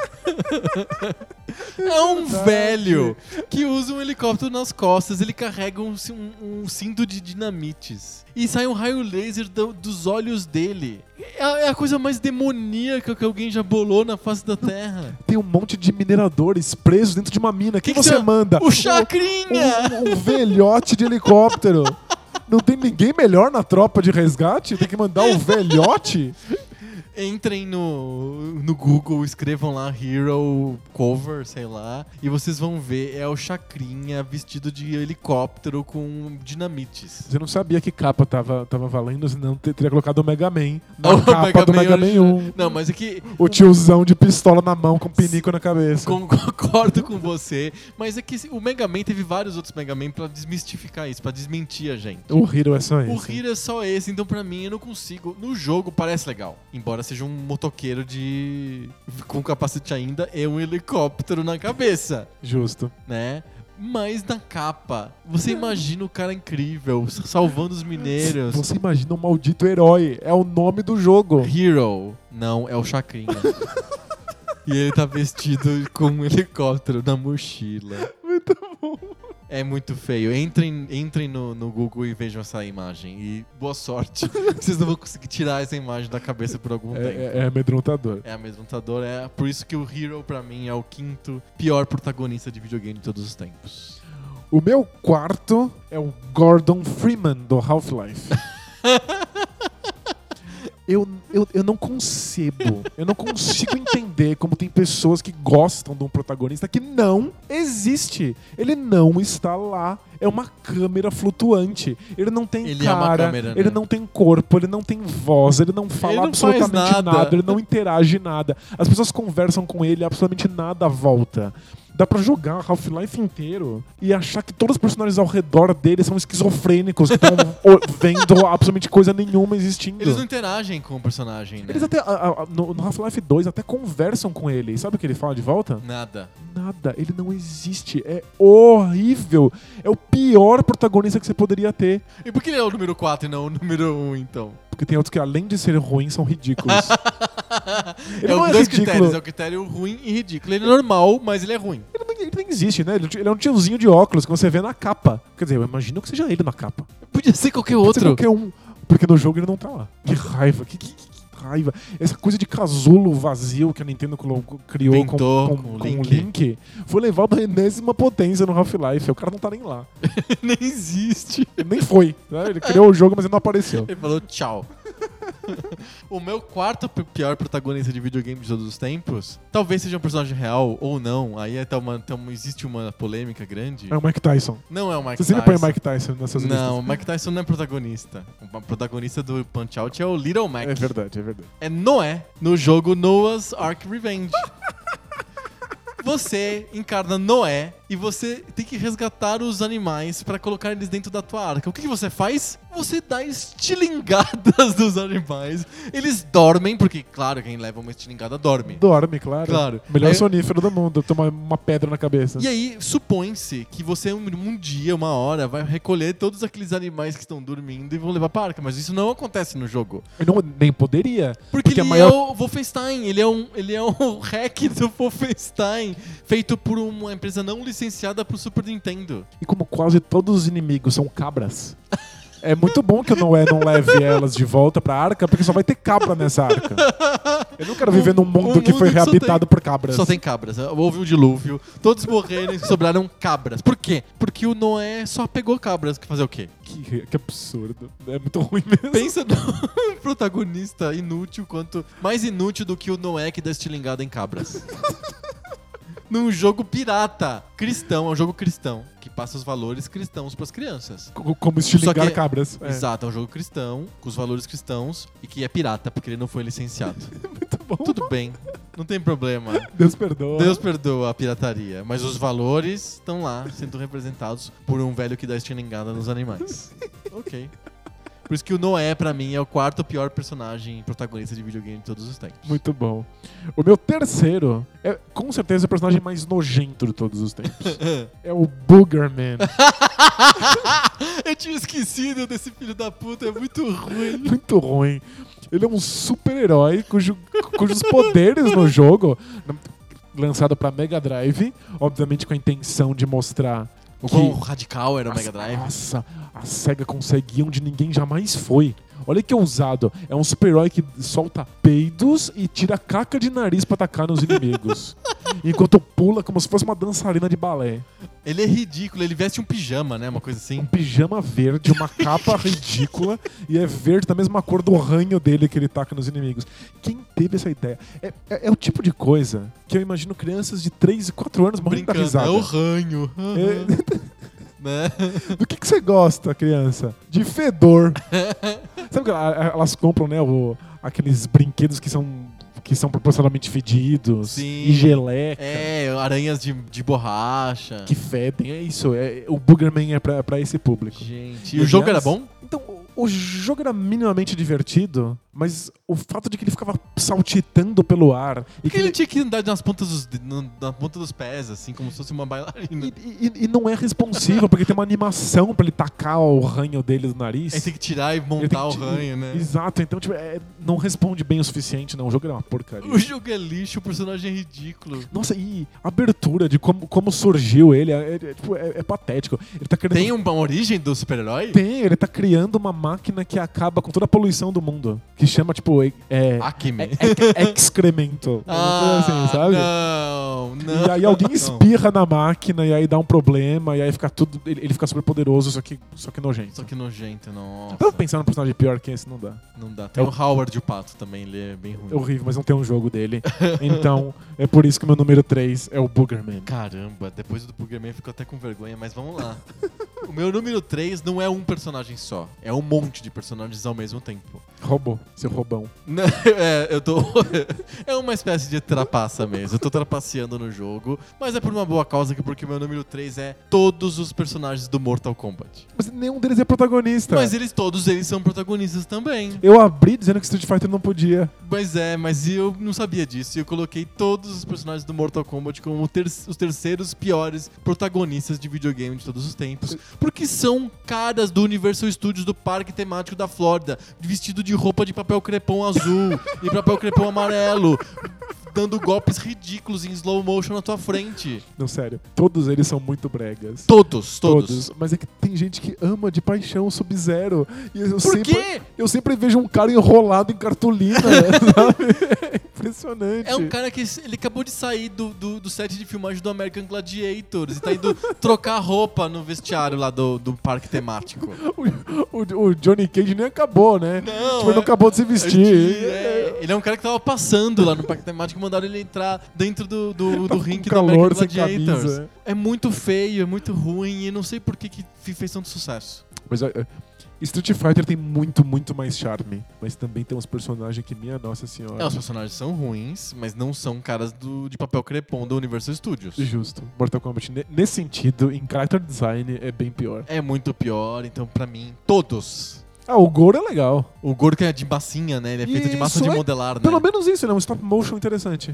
É um velho que usa um helicóptero nas costas. Ele carrega um cinto de dinamites. E sai um raio laser dos olhos dele. É a coisa mais demoníaca que alguém já bolou na face da Terra. Tem um monte de mineradores presos dentro de uma mina. Quem você manda? O Chacrinha! Um velhote de helicóptero. Não tem ninguém melhor na tropa de resgate? Tem que mandar o velhote? Entrem no Google, escrevam lá Hero Cover, sei lá, e vocês vão ver, é o Chacrinha vestido de helicóptero com dinamites. Você não sabia que capa tava valendo, senão teria colocado o Mega Man na capa do Mega Man 1. Não, mas é que... O tiozão de pistola na mão com pinico na cabeça. Concordo com você, mas é que o Mega Man teve vários outros Mega Man pra desmistificar isso, pra desmentir a gente. O Hero é só esse. O Hero é só esse, então pra mim eu não consigo... No jogo parece legal, embora seja um motoqueiro com capacete ainda e um helicóptero na cabeça, Justo. né? Mas na capa, você imagina o cara incrível, salvando os mineiros. Você imagina um maldito herói. É o nome do jogo. Hero. Não, é o Chacrinha. E ele tá vestido com um helicóptero na mochila. Muito bom. É muito feio. Entrem no Google e vejam essa imagem. E boa sorte. Vocês não vão conseguir tirar essa imagem da cabeça por algum tempo. É amedrontador. É amedrontador. É por isso que o Hero, pra mim, é o 5º pior protagonista de videogame de todos os tempos. O meu quarto é o Gordon Freeman do Half-Life. Eu não concebo, eu não consigo entender como tem pessoas que gostam de um protagonista que não existe. Ele não está lá. É uma câmera flutuante. Ele não tem Ele cara, é uma câmera, ele né? não tem corpo, ele não tem voz, ele não fala Ele não absolutamente faz nada. ele não interage nada. As pessoas conversam com ele, absolutamente nada volta. Dá pra jogar Half-Life inteiro e achar que todos os personagens ao redor dele são esquizofrênicos, que estão vendo absolutamente coisa nenhuma existindo. Eles não interagem com o personagem, né? Eles até, no Half-Life 2, até conversam com ele. E sabe o que ele fala de volta? Nada. Nada. Ele não existe. É horrível. É o pior protagonista que você poderia ter. E por que ele é o número 4 e não o número 1, então? Porque tem outros que, além de serem ruins, são ridículos. Ele É não os é dois ridículo. critérios. É o critério ruim e ridículo. Ele é normal, mas ele é ruim. Ele nem existe, né? Ele é um tiozinho de óculos que você vê na capa. Quer dizer, eu imagino que seja ele na capa. Podia ser qualquer Pode outro. ser qualquer um. Porque no jogo ele não tá lá. Que raiva. Que raiva. Essa coisa de casulo vazio que a Nintendo criou Inventou com o o Link. Link foi levado à enésima potência no Half-Life. O cara não tá nem lá. Nem existe. Ele nem foi. Né? Ele criou o jogo, mas ele não apareceu. Ele falou tchau. O meu quarto pior protagonista de videogame de todos os tempos, talvez seja um personagem real ou não. Aí existe uma polêmica grande. É o Mike Tyson. Não é o Mike Você Tyson. sempre põe o Mike Tyson nessas listas. Não, o Mike Tyson não é protagonista. O protagonista do Punch-Out é o Little Mac. É verdade, é verdade. É Noé, no jogo Noah's Ark Revenge. Você encarna Noé e você tem que resgatar os animais pra colocar eles dentro da tua arca. O que você faz? Você dá estilingadas dos animais. Eles dormem, porque, claro, quem leva uma estilingada dorme. Dorme, claro. Claro. Melhor Aí- sonífero do mundo. Toma uma pedra na cabeça. E aí, supõe-se que você um dia, uma hora, vai recolher todos aqueles animais que estão dormindo e vão levar pra arca. Mas isso não acontece no jogo. Nem poderia. Porque a ele maior... é o Wolfenstein, ele é um hack do Wolfenstein, feito por uma empresa não licenciada pro Super Nintendo. E como quase todos os inimigos são cabras, é muito bom que o Noé não leve elas de volta pra arca, porque só vai ter cabra nessa arca. Eu não quero viver num mundo que foi mundo que só reabitado por cabras. Só tem cabras. Houve um dilúvio, todos morreram e sobraram cabras. Por quê? Porque o Noé só pegou cabras. Fazer o quê? Que absurdo. É muito ruim mesmo. Pensa no protagonista inútil, mais inútil do que o Noé que dá estilingada em cabras. Num jogo pirata, cristão, é um jogo cristão, que passa os valores cristãos pras crianças. Como estilingar Só que- cabras. É. Exato, é um jogo cristão, com os valores cristãos, e que é pirata, porque ele não foi licenciado. Muito bom. Tudo bem, não tem problema. Deus perdoa. Deus perdoa a pirataria, mas os valores estão lá, sendo representados por um velho que dá estilingada nos animais. Ok. Por isso que o Noé, pra mim, é o quarto pior personagem protagonista de videogame de todos os tempos. Muito bom. O meu terceiro é, com certeza, o personagem mais nojento de todos os tempos. É o Boogerman. Eu tinha esquecido desse filho da puta, é muito ruim. Muito ruim. Ele é um super-herói cujos poderes no jogo, lançado pra Mega Drive, obviamente com a intenção de mostrar O quão radical era o Mega Drive. Nossa, a SEGA consegue ir onde ninguém jamais foi. Olha que ousado. É um super-herói que solta peidos e tira caca de nariz pra atacar nos inimigos. Enquanto pula como se fosse uma dançarina de balé. Ele é ridículo, ele veste um pijama, né? Uma coisa Um assim. pijama verde, uma capa ridícula e é verde da mesma cor do ranho dele que ele taca nos inimigos. Quem teve essa ideia? É o tipo de coisa que eu imagino crianças de 3 e 4 anos morrendo da Brincando, risada. é o ranho. É, Né? do que você gosta, criança? De fedor. Sabe que elas compram, né, aqueles brinquedos que são proporcionalmente fedidos. Sim. E geleca. É, aranhas de borracha. Que fedem, é isso. O Boogerman é pra esse público. Gente, e o jogo era bom? Então, o jogo era minimamente divertido, Mas o fato de que ele ficava saltitando pelo ar... E que ele tinha que andar na ponta dos pés, assim, como se fosse uma bailarina. E não é responsivo, porque tem uma animação pra ele tacar o ranho dele do nariz. Aí tem que tirar e montar o ranho, né? Exato, então tipo, não responde bem o suficiente, não. O jogo é uma porcaria. O jogo é lixo, o personagem é ridículo. Nossa, e a abertura de como surgiu ele é patético. Ele tá querendo... Tem uma origem do super-herói? Tem, ele tá criando uma máquina que acaba com toda a poluição do mundo. Que chama, tipo... Acme. Excremento. Assim, sabe? Não. E aí alguém espirra na máquina e aí dá um problema e aí fica tudo... Ele fica super poderoso, só que nojento. Só que nojento, nossa. Tava pensando num personagem pior que esse, não dá. Não dá. Tem o Howard o Pato também, ele é bem ruim. É horrível, mas não tem um jogo dele. Então, é por isso que o meu número 3 é o Boogerman. Caramba, depois do Boogerman eu fico até com vergonha, mas vamos lá. O meu número 3 não é um personagem só, é um monte de personagens ao mesmo tempo. Roubou, seu roubão. Eu tô... É uma espécie de trapaça mesmo, eu tô trapaceando no jogo, mas é por uma boa causa, porque o meu número 3 é todos os personagens do Mortal Kombat. Mas nenhum deles é protagonista. Mas todos eles são protagonistas também. Eu abri dizendo que Street Fighter não podia. Mas eu não sabia disso. E eu coloquei todos os personagens do Mortal Kombat como os terceiros piores protagonistas de videogame de todos os tempos. Porque são caras do Universal Studios do parque temático da Flórida, vestido de roupa de papel crepom azul e papel crepom amarelo, dando golpes ridículos em slow motion na tua frente. Não, sério. Todos eles são muito bregas. Todos. Mas é que tem gente que ama de paixão o Sub-Zero. E Por quê? Eu sempre vejo um cara enrolado em cartolina, sabe? É impressionante. É um cara que ele acabou de sair do set de filmagem do American Gladiators e tá indo trocar roupa no vestiário lá do parque temático. O Johnny Cage nem acabou, né? Não, ele não acabou de se vestir. Ele é um cara que tava passando lá no parque temático, mandaram ele entrar dentro do ringue do calor, American sem Gladiators. camisa. É muito feio, é muito ruim e não sei por que fez tanto sucesso. Mas Street Fighter tem muito, muito mais charme. Mas também tem uns personagens que, minha nossa senhora... Os personagens são ruins, mas não são caras de papel crepom da Universal Studios. Justo. Mortal Kombat, nesse sentido, em character design, é bem pior. É muito pior, então pra mim, todos... O Goro é legal. O Goro que é de massinha, né? Ele é feito de massa de modelar, né? Pelo menos isso, né? Um stop motion interessante.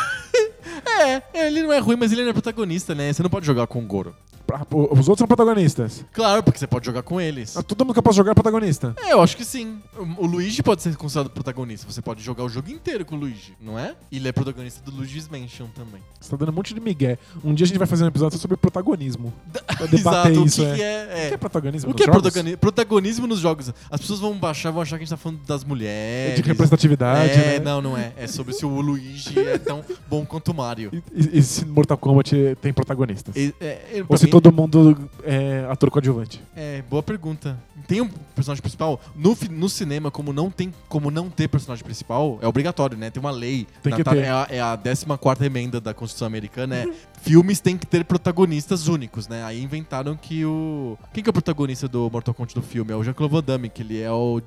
Ele não é ruim, mas ele não é protagonista, né? Você não pode jogar com o Goro. Os outros são protagonistas. Claro, porque você pode jogar com eles. Todo mundo que eu posso jogar é protagonista. Eu acho que sim. O Luigi pode ser considerado protagonista. Você pode jogar o jogo inteiro com o Luigi, não é? E ele é protagonista do Luigi's Mansion também. Você tá dando um monte de migué. Um dia a gente vai fazer um episódio sobre protagonismo. Pra debater Exato, isso. O que é protagonismo O que nos é jogos? protagonismo nos jogos? As pessoas vão achar que a gente tá falando das mulheres. De representatividade, né? Não é. É sobre se o Luigi é tão bom quanto o Mario. E se Mortal Kombat tem protagonistas? Ou se mim, todo mundo é ator coadjuvante? Boa pergunta. Tem um personagem principal? No cinema, como não ter personagem principal, é obrigatório, né? Tem uma lei. Tem que ter. É a 14ª emenda da Constituição Americana. Filmes têm que ter protagonistas únicos, né? Aí inventaram que Quem que é o protagonista do Mortal Kombat do filme? É o Jean-Claude Van Damme, que ele é o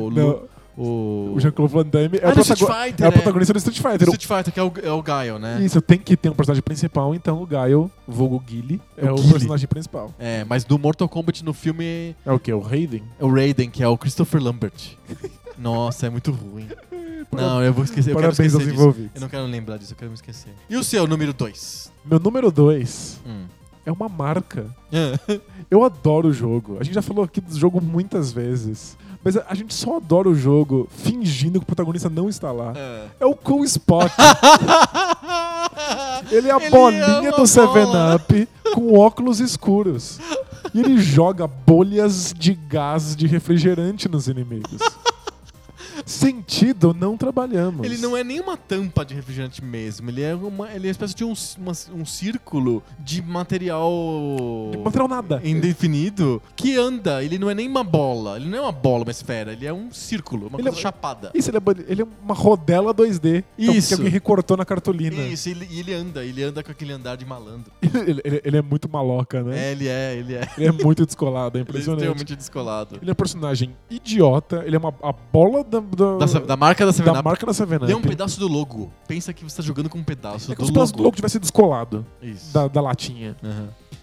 Jean-Claude Van Damme é o protagonista do Street Fighter. Street Fighter, que é o Guile, né? Isso, tem que ter um personagem principal, então o Guile, vulgo Guile, é o Guile. personagem principal. Mas do Mortal Kombat no filme... É o quê? O Raiden? É o Raiden, que é o Christopher Lambert. Nossa, é muito ruim. Não, eu vou esquecer. Parabéns aos envolvidos. Eu não quero lembrar disso, eu quero me esquecer. E o seu, número 2? Meu número 2 é uma marca. Eu adoro o jogo. A gente já falou aqui do jogo muitas vezes. Mas a gente só adora o jogo fingindo que o protagonista não está lá. É o Cool Spot. Ele é a bolinha do 7-Up com óculos escuros. E ele joga bolhas de gás de refrigerante nos inimigos. Sentido, não trabalhamos. Ele não é nem uma tampa de refrigerante mesmo. Ele é uma espécie de um círculo de material... De material nada. Indefinido que anda. Ele não é nem uma bola. Ele não é uma bola, uma esfera. Ele é um círculo, uma coisa chapada. Isso, ele é uma rodela 2D. Isso. Que alguém recortou na cartolina. Isso, ele anda com aquele andar de malandro. Ele é muito maloca, né? Ele é. Ele é muito descolado, é impressionante. Ele é extremamente descolado. Ele é um personagem idiota, ele é a bola da marca da 7-Up. Da marca da 7-Up. Ele é um pedaço do logo. Pensa que você tá jogando com um pedaço do logo. Se o pedaço do logo tivesse descolado Isso. Da latinha. Uhum.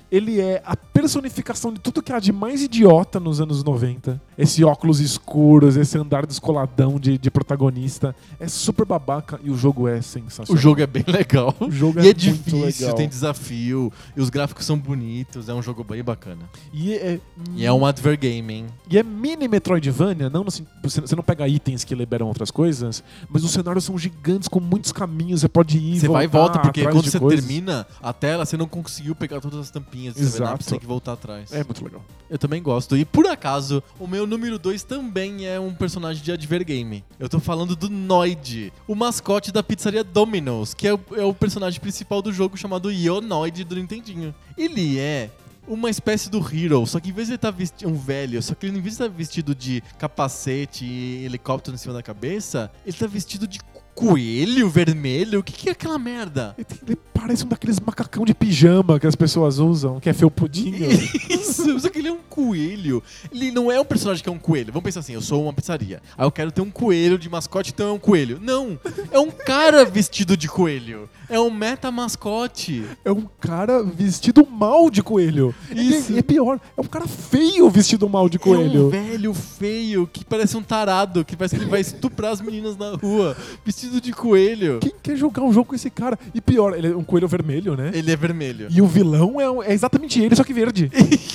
ele é a personificação de tudo que há de mais idiota nos anos 90. Esse óculos escuros, esse andar descoladão de protagonista. É super babaca e o jogo é sensacional. O jogo é bem legal. O jogo e é é difícil, muito legal. tem desafio. E os gráficos são bonitos. É um jogo bem bacana. E E é um advergame, hein? E é mini Metroidvania, não assim, você não pega itens que liberam outras coisas, mas os cenários são gigantes com muitos caminhos, você pode ir Você vai e volta, porque atrás quando de você coisas. termina a tela, você não conseguiu pegar todas as tampinhas do Exato. 7-Up, você tem que voltar atrás. É muito legal. Eu também gosto. E por acaso, o meu número 2 também é um personagem de advergame. Eu tô falando do Noid, o mascote da pizzaria Domino's, que é o personagem principal do jogo chamado Ionoid do Nintendinho. Ele é uma espécie do Hero, só que em vez de ele estar vestido um velho, só que ele, em vez de estar vestido de capacete e helicóptero em cima da cabeça, ele tá vestido de coelho vermelho? O que é aquela merda? Ele parece um daqueles macacão de pijama que as pessoas usam, que é felpudinho. Isso, só que ele é um coelho. Ele não é um personagem que é um coelho. Vamos pensar assim, eu sou uma pizzaria. Aí eu quero ter um coelho de mascote, então é um coelho. Não, é um cara vestido de coelho. É um meta-mascote. É um cara vestido mal de coelho. Isso. E é pior, é um cara feio vestido mal de É um coelho. velho feio que parece um tarado, que parece que ele vai estuprar as meninas na rua, vestido de coelho. Quem quer jogar um jogo com esse cara? E pior, ele é um coelho vermelho, né? Ele é vermelho. E o vilão é exatamente ele, só que verde.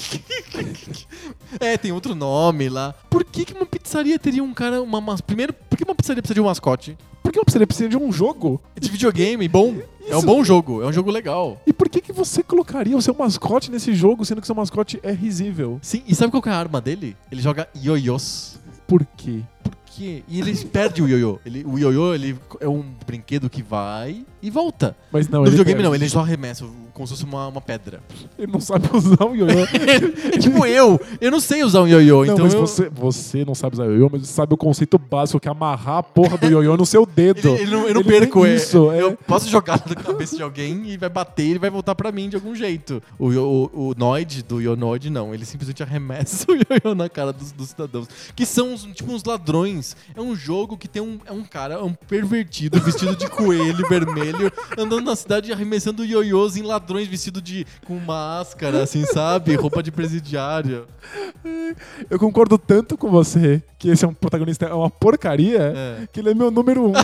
Tem outro nome lá. Por que uma pizzaria teria um cara... Primeiro, por que uma pizzaria precisa de um mascote? Por que você precisa de um jogo? É de videogame, bom. É um bom jogo, é um jogo legal. E por que você colocaria o seu mascote nesse jogo, sendo que seu mascote é risível? Sim, e sabe qual que é a arma dele? Ele joga ioiôs. Por quê? Por quê? E ele perde o ioiô. O ioiô, ele é um brinquedo que vai e volta. Mas não, No ele videogame perde. não, ele só arremessa como se fosse uma pedra. Ele não sabe usar o ioiô. Tipo eu não sei usar um ioiô, Não, então mas eu... você não sabe usar ioiô, mas você sabe o conceito básico que é amarrar a porra do ioiô no seu dedo. Eu não Ele perco, tem isso. Eu posso jogar na cabeça de alguém e vai bater e ele vai voltar pra mim de algum jeito. O Noid do Ionoid, não. Ele simplesmente arremessa o ioiô na cara dos cidadãos. Que são tipo uns ladrões. É um jogo que tem um cara, um pervertido vestido de coelho vermelho, andando na cidade arremessando ioiôs em ladrões vestidos com máscara, assim, sabe? Roupa de presidiário. Eu concordo tanto com você que esse é um protagonista, é uma porcaria, que ele é meu número 1.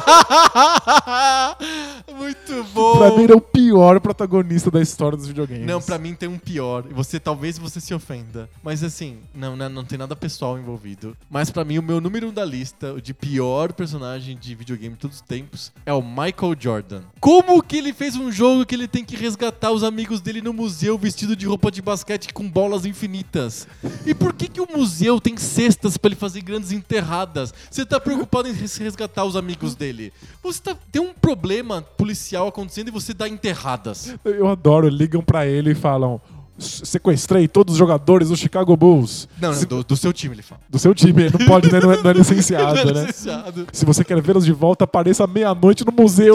Muito bom! Pra mim, ele é o pior protagonista da história dos videogames. Não, pra mim tem um pior. Talvez você se ofenda. Mas assim, não tem nada pessoal envolvido. Mas pra mim, o meu número 1 da lista, o de pior personagem de videogame de todos os tempos, é o Michael Jordan. Como que ele fez um jogo que ele tem que resgatar os amigos dele no museu vestido de roupa de basquete com bolas infinitas? E por que o museu tem cestas pra ele fazer grandes enterradas? Você tá preocupado em resgatar os amigos dele. Tem um problema policial acontecendo e você dá enterradas. Eu adoro, ligam pra ele e falam: sequestrei todos os jogadores do Chicago Bulls. Não, do seu time ele fala. Do seu time, não pode, né? Não é licenciado, Não é né? licenciado. Se você quer vê-los de volta, apareça à meia-noite no museu.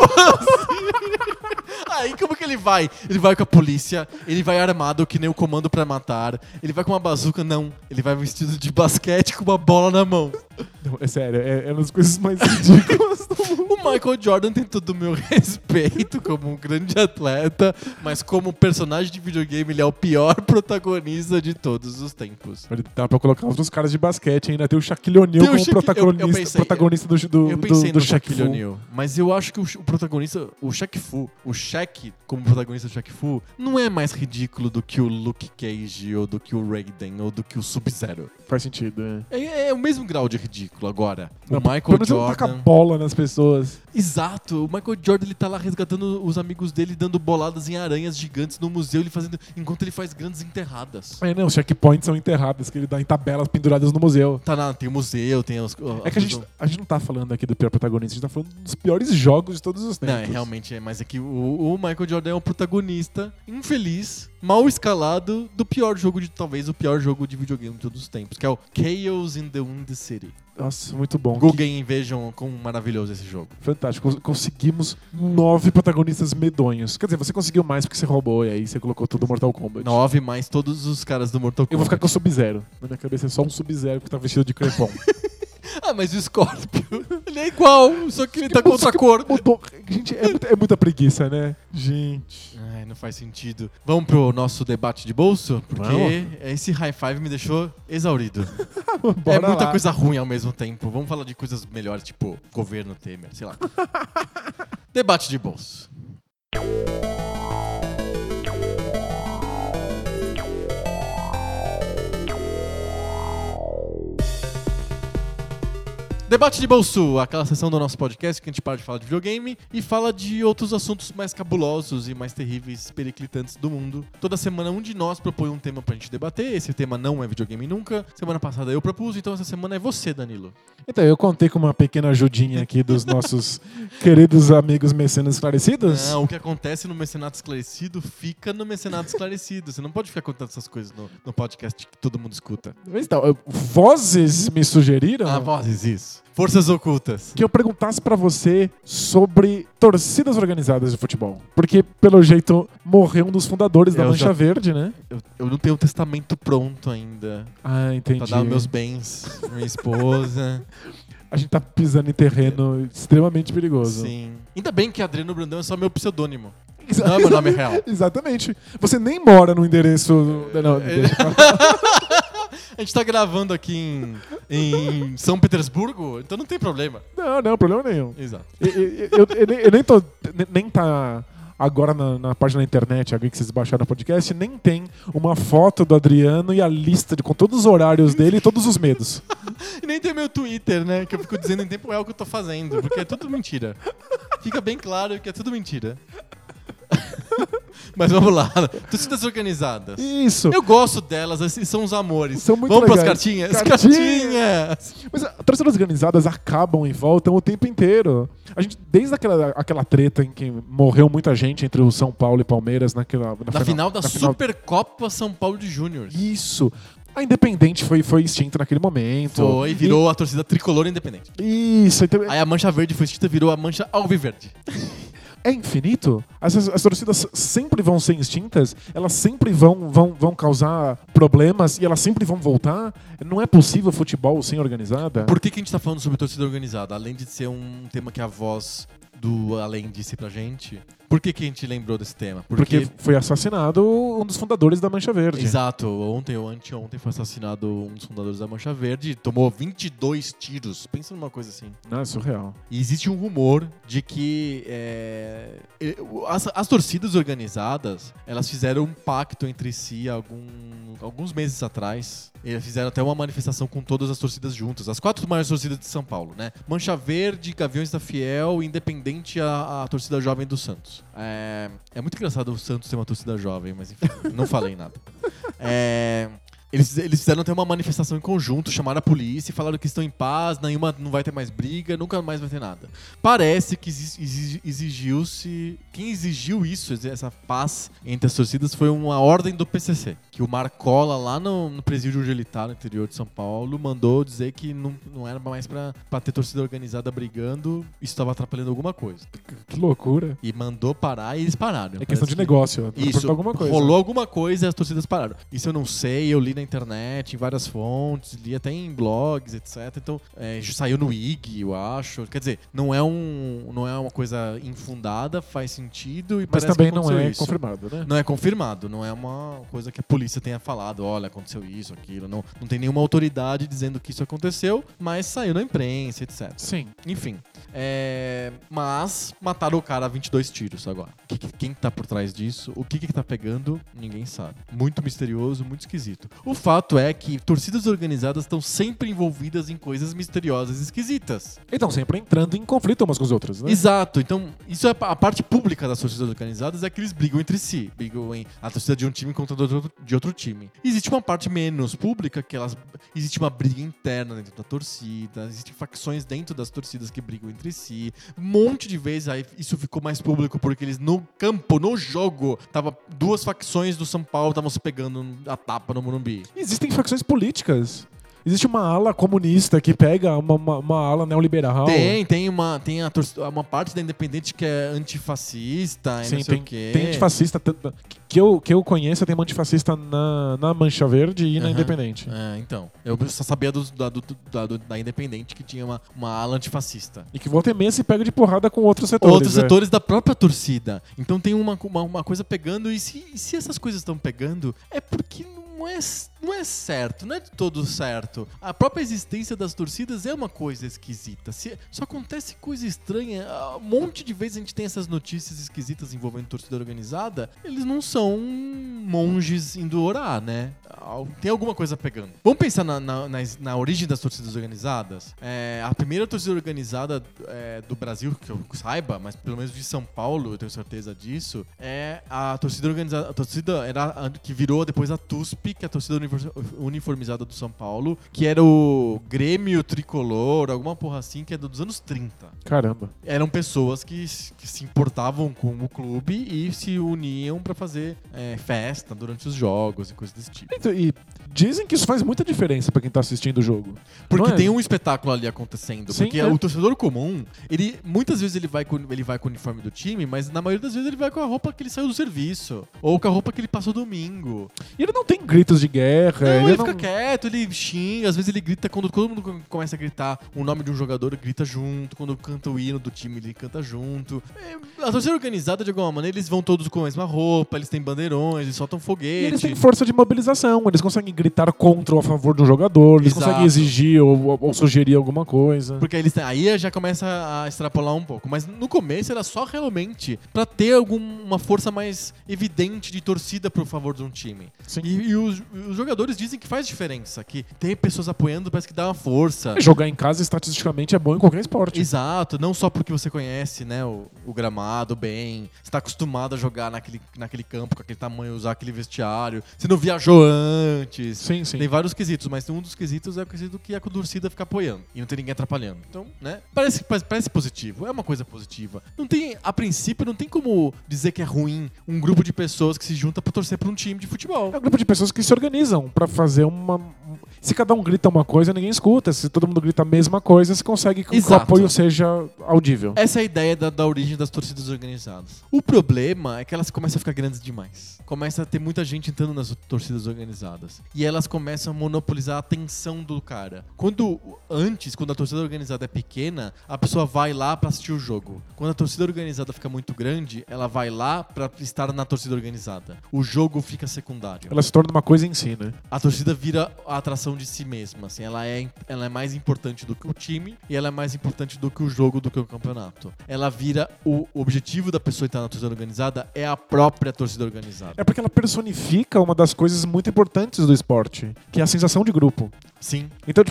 Aí como que ele vai? Ele vai com a polícia, ele vai armado que nem o Comando pra Matar, ele vai com uma bazuca, não. Ele vai vestido de basquete com uma bola na mão. Não, é sério, é uma das coisas mais ridículas do mundo. O Michael Jordan tem todo o meu respeito como um grande atleta, mas como personagem de videogame ele é o pior protagonista de todos os tempos. Dá pra colocar outros caras de basquete ainda. Tem o Shaquille O'Neal como protagonista Eu pensei do no Shaq Shaquille Fu. O'Neal, mas eu acho que o protagonista, o Shaq como protagonista do Shaq Fu, não é mais ridículo do que o Luke Cage, ou do que o Raiden, ou do que o Sub-Zero. Faz sentido, né? É o mesmo grau de ridículo agora. Não, o Michael pelo menos ele não taca Jordan... bola nas pessoas. Exato, o Michael Jordan ele tá lá resgatando os amigos dele, dando boladas em aranhas gigantes no museu, enquanto ele faz grandes enterradas. Não, os checkpoints são enterradas, que ele dá em tabelas penduradas no museu. Tem o museu, tem os... É que a gente não tá falando aqui do pior protagonista, a gente tá falando dos piores jogos de todos os tempos. Não, realmente é, mas é que o Michael Jordan é o protagonista infeliz, mal escalado, do pior jogo talvez o pior jogo de videogame de todos os tempos, que é o Chaos in the Wind City. Nossa, muito bom. Googlem e vejam como maravilhoso esse jogo. Fantástico. Conseguimos 9 protagonistas medonhos. Quer dizer, você conseguiu mais porque você roubou e aí você colocou tudo no Mortal Kombat. 9 mais todos os caras do Mortal Kombat. Eu vou ficar com o Sub-Zero. Na minha cabeça é só um Sub-Zero que tá vestido de crepom. Mas o Scorpio, ele é igual, só que ele tá com outra cor. Gente, é muita preguiça, né? Gente. Não faz sentido. Vamos pro nosso debate de bolso? Porque Vamos. esse high five me deixou exaurido. Bora muita lá. coisa ruim ao mesmo tempo. Vamos falar de coisas melhores, tipo governo Temer, sei lá. Debate de bolso. Debate de bolso, aquela sessão do nosso podcast que a gente para de falar de videogame e fala de outros assuntos mais cabulosos e mais terríveis, periclitantes do mundo. Toda semana um de nós propõe um tema pra gente debater. Esse tema não é videogame nunca. Semana passada eu propus, então essa semana é você, Danilo. Então, eu contei com uma pequena ajudinha aqui dos nossos queridos amigos mecenas esclarecidos. Não, o que acontece no Mecenato Esclarecido fica no Mecenato Esclarecido. Você não pode ficar contando essas coisas no podcast que todo mundo escuta. Então, vozes me sugeriram Vozes, isso. Forças ocultas. que eu perguntasse pra você sobre torcidas organizadas de futebol. Porque, pelo jeito, morreu um dos fundadores da Eu Mancha já- Verde, né? Eu não tenho o testamento pronto ainda. Ah, entendi. Pra dar meus bens pra minha esposa. A gente tá pisando em terreno extremamente perigoso. Sim. Ainda bem que Adriano Brandão é só meu pseudônimo. Não é meu nome real. Exatamente. Você nem mora no endereço... Não, deixa pra lá. A gente tá gravando aqui em São Petersburgo, então não tem problema. Não, problema nenhum. Exato. Eu nem tô... Nem tá... Agora na página da internet, alguém que vocês baixaram no podcast, nem tem uma foto do Adriano e a lista com todos os horários dele e todos os medos. E nem tem meu Twitter, né? Que eu fico dizendo em tempo real o que eu tô fazendo, porque é tudo mentira. Fica bem claro que é tudo mentira. Mas vamos lá. Torcidas organizadas. Isso. Eu gosto delas, esses são os amores. São muito Vamos pras legais. cartinhas? Cartinhas! Mas as torcidas organizadas acabam e voltam o tempo inteiro. A gente, desde aquela treta em que morreu muita gente entre o São Paulo e Palmeiras na final da Supercopa São Paulo de Júnior. Isso. A Independente foi extinta naquele momento. Virou a torcida tricolor independente. Isso. Então, Aí a mancha verde foi extinta, virou a mancha alviverde. é infinito? As torcidas sempre vão ser extintas? Elas sempre vão causar problemas e elas sempre vão voltar? Não é possível futebol sem organizada? Por que a gente tá falando sobre torcida organizada? Além de ser um tema que a voz do Além disse pra gente, por que a gente lembrou desse tema? Porque foi assassinado um dos fundadores da Mancha Verde. Exato, ontem ou anteontem foi assassinado um dos fundadores da Mancha Verde, tomou 22 tiros, pensa numa coisa assim. Não, é surreal. E existe um rumor de que as torcidas organizadas, elas fizeram um pacto entre si alguns meses atrás. Eles fizeram até uma manifestação com todas as torcidas juntas, as 4 maiores torcidas de São Paulo, né? Mancha Verde, Gaviões da Fiel, Independente, a torcida jovem do Santos. É muito engraçado o Santos ter uma torcida jovem, mas enfim, não falei nada. Eles fizeram até uma manifestação em conjunto, chamaram a polícia e falaram que estão em paz, nenhuma não vai ter mais briga, nunca mais vai ter nada. Parece que exigiu-se... Quem exigiu isso, essa paz entre as torcidas, foi uma ordem do PCC. Que o Marcola, lá no presídio onde ele tá, no interior de São Paulo, mandou dizer que não era mais pra ter torcida organizada brigando, isso estava atrapalhando alguma coisa. Que loucura. E mandou parar e eles pararam. É questão de negócio. Isso, alguma coisa. rolou alguma coisa e as torcidas pararam. Isso eu não sei, eu li na internet, em várias fontes, li até em blogs, etc. Então, saiu no IG, eu acho. Quer dizer, não é uma coisa infundada, faz sentido e Mas parece também que não aconteceu é isso. confirmado, né? Não é confirmado, não é uma coisa que a polícia tenha falado, olha, aconteceu isso, aquilo. Não tem nenhuma autoridade dizendo que isso aconteceu, mas saiu na imprensa, etc. Sim. Enfim. Mas mataram o cara a 22 tiros agora. Quem tá por trás disso? O que tá pegando? Ninguém sabe. Muito misterioso, muito esquisito. O fato é que torcidas organizadas estão sempre envolvidas em coisas misteriosas e esquisitas. Então, sempre entrando em conflito umas com as outras, né? Exato. Então, isso é a parte pública das torcidas organizadas, é que eles brigam entre si. Brigam a torcida de um time contra de outro time. Existe uma parte menos pública, existe uma briga interna dentro da torcida, existem facções dentro das torcidas que brigam entre si. Um monte de vezes aí isso ficou mais público porque eles no campo, no jogo, tava 2 facções do São Paulo estavam se pegando a tapa no Morumbi. Existem facções políticas. Existe uma ala comunista que pega uma ala neoliberal. Tem uma parte da Independente que é antifascista e Sim, não sei o quê. tem antifascista que eu conheço, tem um antifascista na Mancha Verde e na Independente. Então. Eu só sabia da Independente que tinha uma ala antifascista. E que volta e meia se pega de porrada com outros setores. Outros setores da própria torcida. Então tem uma coisa pegando, e se essas coisas estão pegando, é porque não é certo, não é de todo certo. A própria existência das torcidas é uma coisa esquisita. Só acontece coisa estranha. Um monte de vezes a gente tem essas notícias esquisitas envolvendo torcida organizada. Eles não são monges indo orar, né? Tem alguma coisa pegando. Vamos pensar na origem das torcidas organizadas? A primeira torcida organizada do Brasil, que eu saiba, mas pelo menos de São Paulo, eu tenho certeza disso, é a torcida organizada. A torcida era a que virou depois a TUSP, que é a torcida uniformizada do São Paulo, que era o Grêmio Tricolor, alguma porra assim, que é dos anos 30. Caramba. Eram pessoas que se importavam com o clube e se uniam pra fazer festa durante os jogos e coisas desse tipo. Então, e dizem que isso faz muita diferença pra quem tá assistindo o jogo. Porque tem um espetáculo ali acontecendo. Sim, porque o torcedor comum, muitas vezes ele vai com o uniforme do time, mas na maioria das vezes ele vai com a roupa que ele saiu do serviço. Ou com a roupa que ele passou domingo. E ele não tem gritos de guerra. Não, ele fica quieto, ele xinga, às vezes ele grita, quando todo mundo começa a gritar o nome de um jogador, ele grita junto, quando canta o hino do time, ele canta junto. A torcida organizada, de alguma maneira, eles vão todos com a mesma roupa, eles têm bandeirões, eles soltam foguete. E eles têm força de mobilização, eles conseguem gritar contra ou a favor de um jogador, eles conseguem exigir ou sugerir alguma coisa. Porque aí já começa a extrapolar um pouco. Mas no começo era só realmente pra ter alguma força mais evidente de torcida pro favor de um time. Sim. E os jogadores dizem que faz diferença, que tem pessoas apoiando, parece que dá uma força. Jogar em casa estatisticamente é bom em qualquer esporte. Exato, não só porque você conhece, né, o gramado bem, você tá acostumado a jogar naquele campo, com aquele tamanho, usar aquele vestiário, você não viajou antes. Sim, sim. Tem vários quesitos, mas um dos quesitos é o quesito que a torcida fica apoiando e não tem ninguém atrapalhando. Então, né, parece positivo, é uma coisa positiva. A princípio, não tem como dizer que é ruim um grupo de pessoas que se junta pra torcer pra um time de futebol. É um grupo de pessoas que se organizam pra fazer Se cada um grita uma coisa, ninguém escuta. Se todo mundo grita a mesma coisa, você consegue que o apoio seja audível. Essa é a ideia da origem das torcidas organizadas. O problema é que elas começam a ficar grandes demais. Começa a ter muita gente entrando nas torcidas organizadas. E elas começam a monopolizar a atenção do cara. Quando a torcida organizada é pequena, a pessoa vai lá pra assistir o jogo. Quando a torcida organizada fica muito grande, ela vai lá pra estar na torcida organizada. O jogo fica secundário. Ela se torna uma coisa em si, né? A torcida vira a atração de si mesma, assim, ela é mais importante do que o time e ela é mais importante do que o jogo, do que o campeonato. Ela vira o objetivo da pessoa estar na torcida organizada é a própria torcida organizada. É porque ela personifica uma das coisas muito importantes do esporte, que é a sensação de grupo. Sim. Então,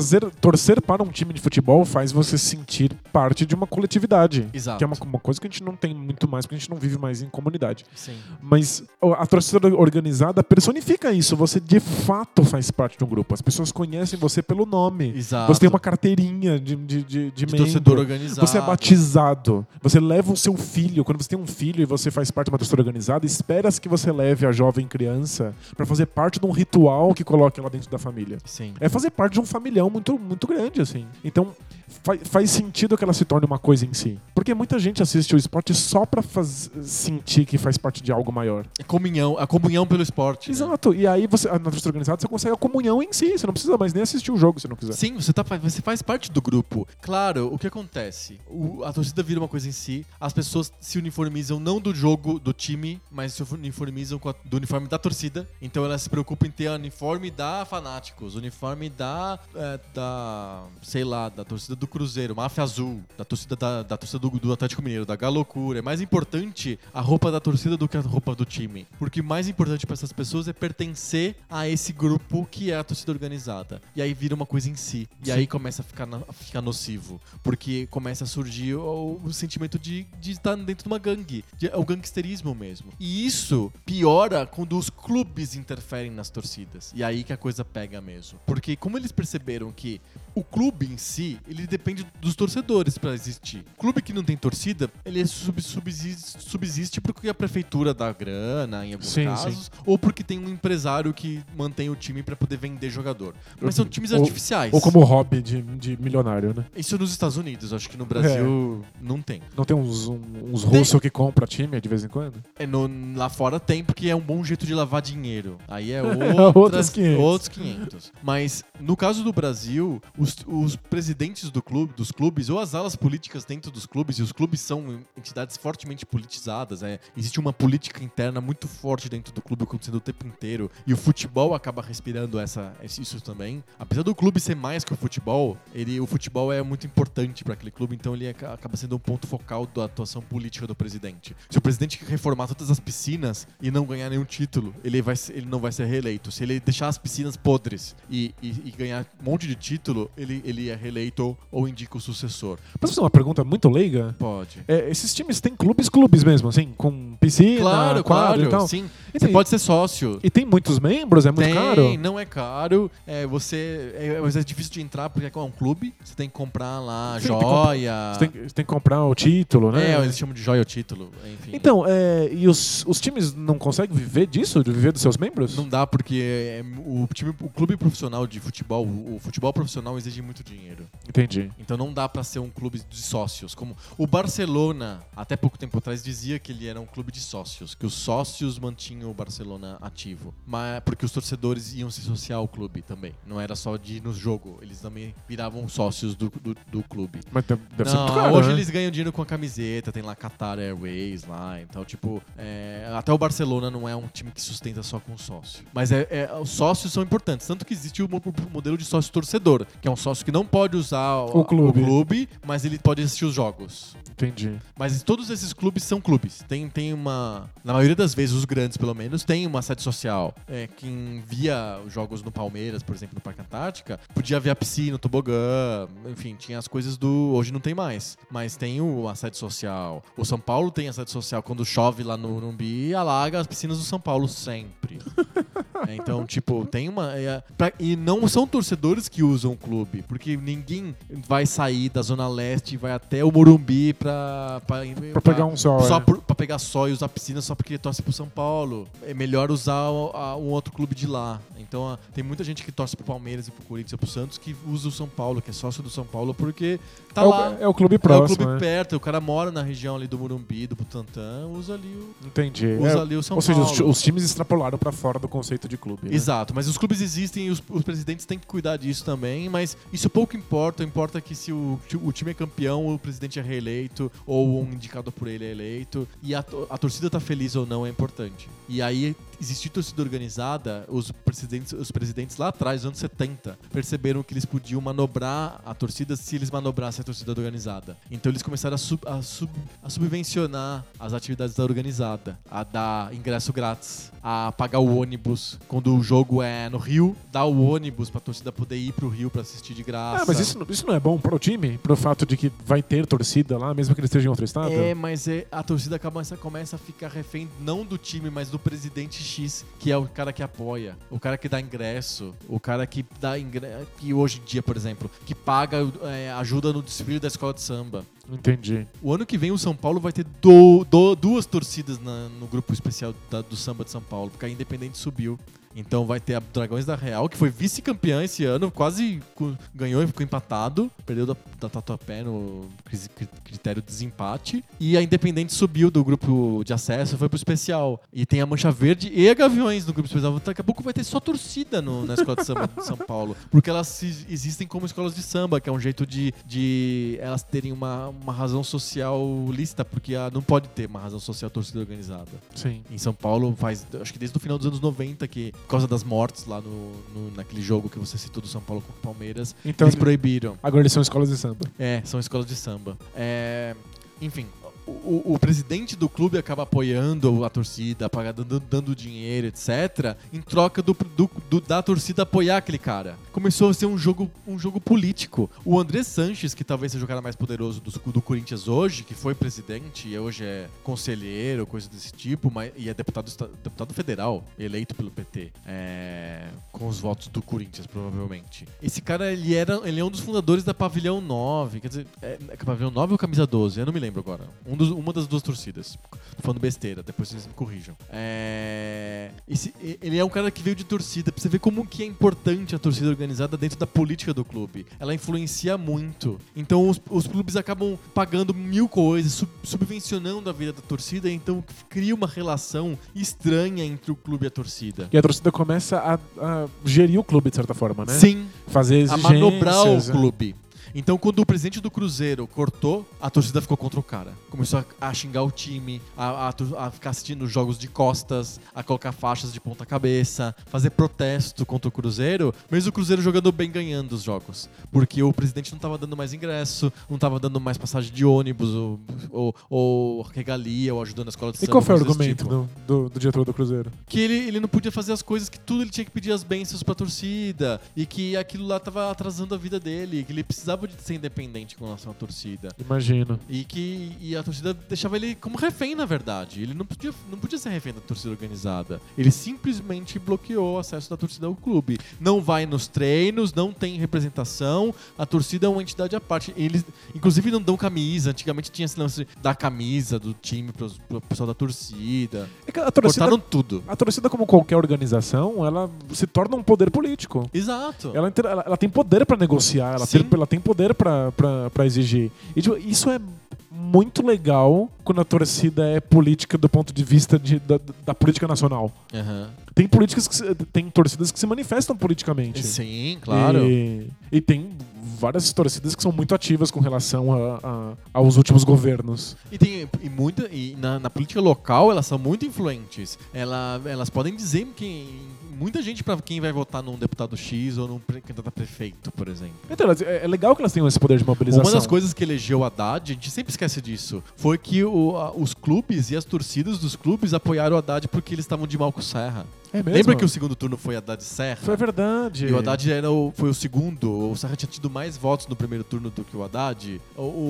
torcer para um time de futebol faz você sentir parte de uma coletividade. Exato. Que é uma coisa que a gente não tem muito mais, porque a gente não vive mais em comunidade. Sim. Mas a torcida organizada personifica isso. Você de fato faz parte de um grupo. As pessoas conhecem você pelo nome. Exato. Você tem uma carteirinha de membro. Torcedor organizado. Você é batizado. Você leva o seu filho. Quando você tem um filho e você faz parte de uma torcida organizada, espera-se que você leve a jovem criança para fazer parte de um ritual que coloque ela dentro da família. Sim. É fazer parte de um familhão muito, muito grande, assim. Então, faz sentido que ela se torne uma coisa em si. Porque muita gente assiste o esporte só pra sentir que faz parte de algo maior. A comunhão pelo esporte. Exato. Né? E aí, na torcida organizada, você consegue a comunhão em si. Você não precisa mais nem assistir o jogo se não quiser. Sim, você faz parte do grupo. Claro, o que acontece? A torcida vira uma coisa em si. As pessoas se uniformizam não do jogo, do time, mas se uniformizam do uniforme da torcida. Então elas se preocupam em ter o uniforme da Fanáticos, uniforme da torcida do Cruzeiro, Máfia Azul, da torcida do Atlético Mineiro, da Galocura. É mais importante a roupa da torcida do que a roupa do time. Porque o mais importante para essas pessoas é pertencer a esse grupo que é a torcida organizada. E aí vira uma coisa em si. E aí começa a ficar nocivo. Porque começa a surgir o sentimento de estar dentro de uma gangue. O gangsterismo mesmo. E isso piora quando os clubes interferem nas torcidas. E aí que a coisa pega mesmo. Porque como eles perceberam que o clube em si, ele depende dos torcedores para existir. O clube que não tem torcida, ele subsiste porque a prefeitura dá grana, em alguns casos, ou porque tem um empresário que mantém o time para poder vender jogador. Mas são times artificiais. Ou como hobby de milionário, né? Isso nos Estados Unidos, acho que no Brasil não tem. Não tem uns russos que compram time de vez em quando? Lá fora tem, porque é um bom jeito de lavar dinheiro. Aí é outros 500. Mas no caso do Brasil, os presidentes dos clubes, ou as alas políticas dentro dos clubes, e os clubes são entidades fortemente politizadas, existe uma política interna muito forte dentro do clube acontecendo o tempo inteiro, e o futebol acaba respirando isso também. Apesar do clube ser mais que o futebol é muito importante para aquele clube, então ele acaba sendo um ponto focal da atuação política do presidente. Se o presidente reformar todas as piscinas e não ganhar nenhum título, ele não vai ser reeleito. Se ele deixar as piscinas podres e ganhar um monte de título, ele é reeleito ou indica o sucessor. Posso fazer uma pergunta muito leiga? Pode. Esses times têm clubes mesmo, assim, com piscina, quadro e tal? Sim. Você pode ser sócio. E tem muitos membros? É muito caro? Não é caro. É difícil de entrar porque é um clube. Você tem que comprar lá joia. Você tem que comprar o título, né? Eles chamam de joia o título. Enfim. Então, e os times não conseguem viver disso? De viver dos seus membros? Não dá porque o clube profissional de futebol, o futebol profissional exige muito dinheiro. Entendi. Então não dá pra ser um clube de sócios. Como o Barcelona, até pouco tempo atrás, dizia que ele era um clube de sócios, que os sócios mantinham o Barcelona ativo. Mas porque os torcedores iam se associar ao clube também. Não era só de ir no jogo, eles também viravam sócios do clube. Mas deve ser muito caro, hoje né? eles ganham dinheiro com a camiseta, tem lá Qatar Airways lá, então tipo, até o Barcelona não é um time que sustenta só com sócio. Mas os sócios são importantes, tanto que existe o modelo de sócio torcedor, que é um sócio que não pode usar o clube, mas ele pode assistir os jogos. Entendi. Mas todos esses clubes são clubes. Tem na maioria das vezes, os grandes pelo menos, tem uma sede social. Quem via os jogos no Palmeiras, por exemplo, no Parque Antártica, podia ver a piscina, o tobogã, enfim, tinha as coisas hoje não tem mais. Mas tem a sede social. O São Paulo tem a sede social. Quando chove lá no Morumbi, alaga as piscinas do São Paulo sempre. Então, tipo, tem uma... e não são torcedores que usam o clube, porque ninguém vai sair da Zona Leste e vai até o Morumbi pra pegar um sol. Pra pegar sol e usar piscina só porque torce pro São Paulo. É melhor usar um outro clube de lá. Então, tem muita gente que torce pro Palmeiras e pro Corinthians e pro Santos que usa o São Paulo, que é sócio do São Paulo, porque tá lá. É o clube próximo. É o clube perto. O cara mora na região ali do Morumbi, do Butantã, usa ali o... Entendi. Usa ali o São Paulo. Ou seja, os times extrapolaram pra fora do conceito de clube. Né? Exato, mas os clubes existem e os presidentes têm que cuidar disso também, mas isso pouco importa. Importa que se o time é campeão, o presidente é reeleito ou um indicado por ele é eleito e a torcida tá feliz ou não é importante. E aí existir torcida organizada, os presidentes lá atrás, nos anos 70, perceberam que eles podiam manobrar a torcida se eles manobrassem a torcida organizada. Então eles começaram a subvencionar as atividades da organizada, a dar ingresso grátis, a pagar o ônibus. Quando o jogo é no Rio, dar o ônibus pra torcida poder ir pro Rio pra assistir de graça. Mas isso não é bom pro time? Pro fato de que vai ter torcida lá, mesmo que ele esteja em outro estado? Mas a torcida começa a ficar refém não do time, mas do presidente X, que é o cara que apoia, o cara que dá ingresso, o cara que dá ingresso, que hoje em dia, por exemplo, que paga ajuda no desfile da escola de samba. Entendi. O ano que vem o São Paulo vai ter duas torcidas no grupo especial do samba de São Paulo, porque a Independente subiu. Então vai ter a Dragões da Real, que foi vice-campeã esse ano, quase ganhou e ficou empatado. Perdeu da Tatuapé no critério de desempate. E a Independente subiu do grupo de acesso e foi pro especial. E tem a Mancha Verde e a Gaviões no grupo especial. Daqui a pouco vai ter só torcida na Escola de Samba de São Paulo. Porque elas existem como escolas de samba, que é um jeito de elas terem uma razão social lícita, porque não pode ter uma razão social torcida organizada. Sim. Em São Paulo acho que desde o final dos anos 90 que por causa das mortes lá naquele jogo que você citou do São Paulo com o Palmeiras, então, eles proibiram. Agora eles são escolas de samba. São escolas de samba. Enfim, o presidente do clube acaba apoiando a torcida, dando dinheiro, etc., em troca da torcida apoiar aquele cara. Começou a ser um jogo político. O André Sanches, que talvez seja o cara mais poderoso do Corinthians hoje, que foi presidente e hoje é conselheiro, coisa desse tipo, e é deputado federal, eleito pelo PT, com os votos do Corinthians, provavelmente. Esse cara, ele é um dos fundadores da Pavilhão 9, quer dizer, Pavilhão 9 ou Camisa 12? Eu não me lembro agora. Um uma das duas torcidas. Tô falando besteira, depois vocês me corrijam. Ele é um cara que veio de torcida, pra você ver como que é importante a torcida organizada dentro da política do clube. Ela influencia muito. Então os clubes acabam pagando mil coisas, subvencionando a vida da torcida, então cria uma relação estranha entre o clube e a torcida. E a torcida começa a gerir o clube, de certa forma, né? Sim. Fazer exigências. A manobrar o clube. Então, quando o presidente do Cruzeiro cortou, a torcida ficou contra o cara. Começou a xingar o time, a ficar assistindo jogos de costas, a colocar faixas de ponta cabeça, fazer protesto contra o Cruzeiro, mesmo o Cruzeiro jogando bem, ganhando os jogos. Porque o presidente não estava dando mais ingresso, não estava dando mais passagem de ônibus, ou regalia, ou ajudando a escola de samba. E qual foi o argumento do diretor do Cruzeiro? Que ele não podia fazer as coisas, que tudo ele tinha que pedir as bênçãos pra torcida, e que aquilo lá estava atrasando a vida dele, que ele precisava de ser independente com relação à torcida. Imagino. E a torcida deixava ele como refém, na verdade. Ele não podia ser refém da torcida organizada. Ele simplesmente bloqueou o acesso da torcida ao clube. Não vai nos treinos, não tem representação, a torcida é uma entidade à parte. Eles, inclusive, não dão camisa. Antigamente tinha esse lance da camisa do time pro pessoal da torcida. Cortaram tudo. A torcida, como qualquer organização, ela se torna um poder político. Exato. Ela tem poder pra negociar, ela tem poder pra exigir. E tipo, isso é muito legal quando a torcida é política do ponto de vista da política nacional. Uhum. Tem torcidas que se manifestam politicamente. Sim, claro. E tem várias torcidas que são muito ativas com relação aos últimos governos. E na política local elas são muito influentes. Elas podem dizer muita gente pra quem vai votar num deputado X ou num candidato a prefeito, por exemplo. Então, é legal que elas tenham esse poder de mobilização. Uma das coisas que elegeu o Haddad, a gente sempre esquece disso, foi que os clubes e as torcidas dos clubes apoiaram o Haddad porque eles estavam de mal com o Serra. É mesmo? Lembra que o segundo turno foi Haddad e Serra? Foi verdade. E o Haddad foi o segundo. O Serra tinha tido mais votos no primeiro turno do que o Haddad.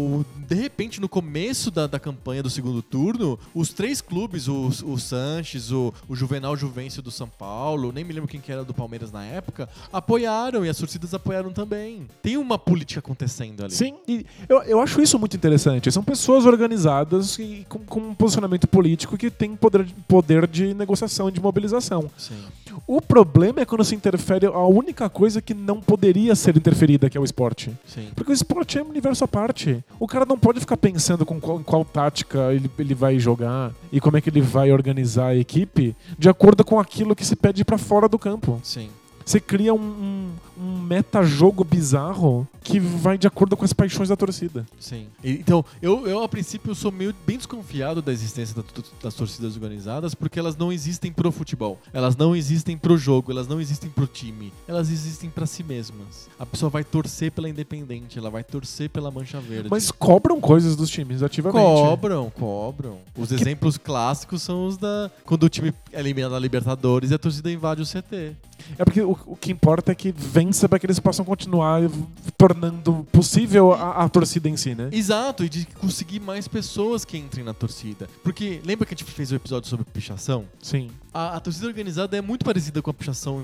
De repente, no começo da campanha do segundo turno, os três clubes, o Sanches, o Juvenal Juvencio do São Paulo, nem me lembro quem que era do Palmeiras na época, apoiaram e as torcidas apoiaram também. Tem uma política acontecendo ali. Sim, e eu acho isso muito interessante. São pessoas organizadas e com um posicionamento político que tem poder de negociação e de mobilização. Sim. O problema é quando se interfere a única coisa que não poderia ser interferida, que é o esporte. Sim. Porque o esporte é um universo à parte. O cara não pode ficar pensando com qual tática ele vai jogar e como é que ele vai organizar a equipe de acordo com aquilo que se pede pra fora do campo. Sim. Você cria um metajogo bizarro que vai de acordo com as paixões da torcida. Sim. Então, eu a princípio sou meio bem desconfiado da existência das torcidas organizadas porque elas não existem pro futebol. Elas não existem pro jogo, elas não existem pro time. Elas existem pra si mesmas. A pessoa vai torcer pela Independente, ela vai torcer pela Mancha Verde. Mas cobram coisas dos times ativamente. Cobram. Os exemplos clássicos são os quando o time é eliminado da Libertadores e a torcida invade o CT. É porque o que importa é que vença para que eles possam continuar tornando possível a torcida em si, né? Exato, e de conseguir mais pessoas que entrem na torcida. Porque lembra que a gente fez o episódio sobre pichação? Sim. A torcida organizada é muito parecida com a pichação em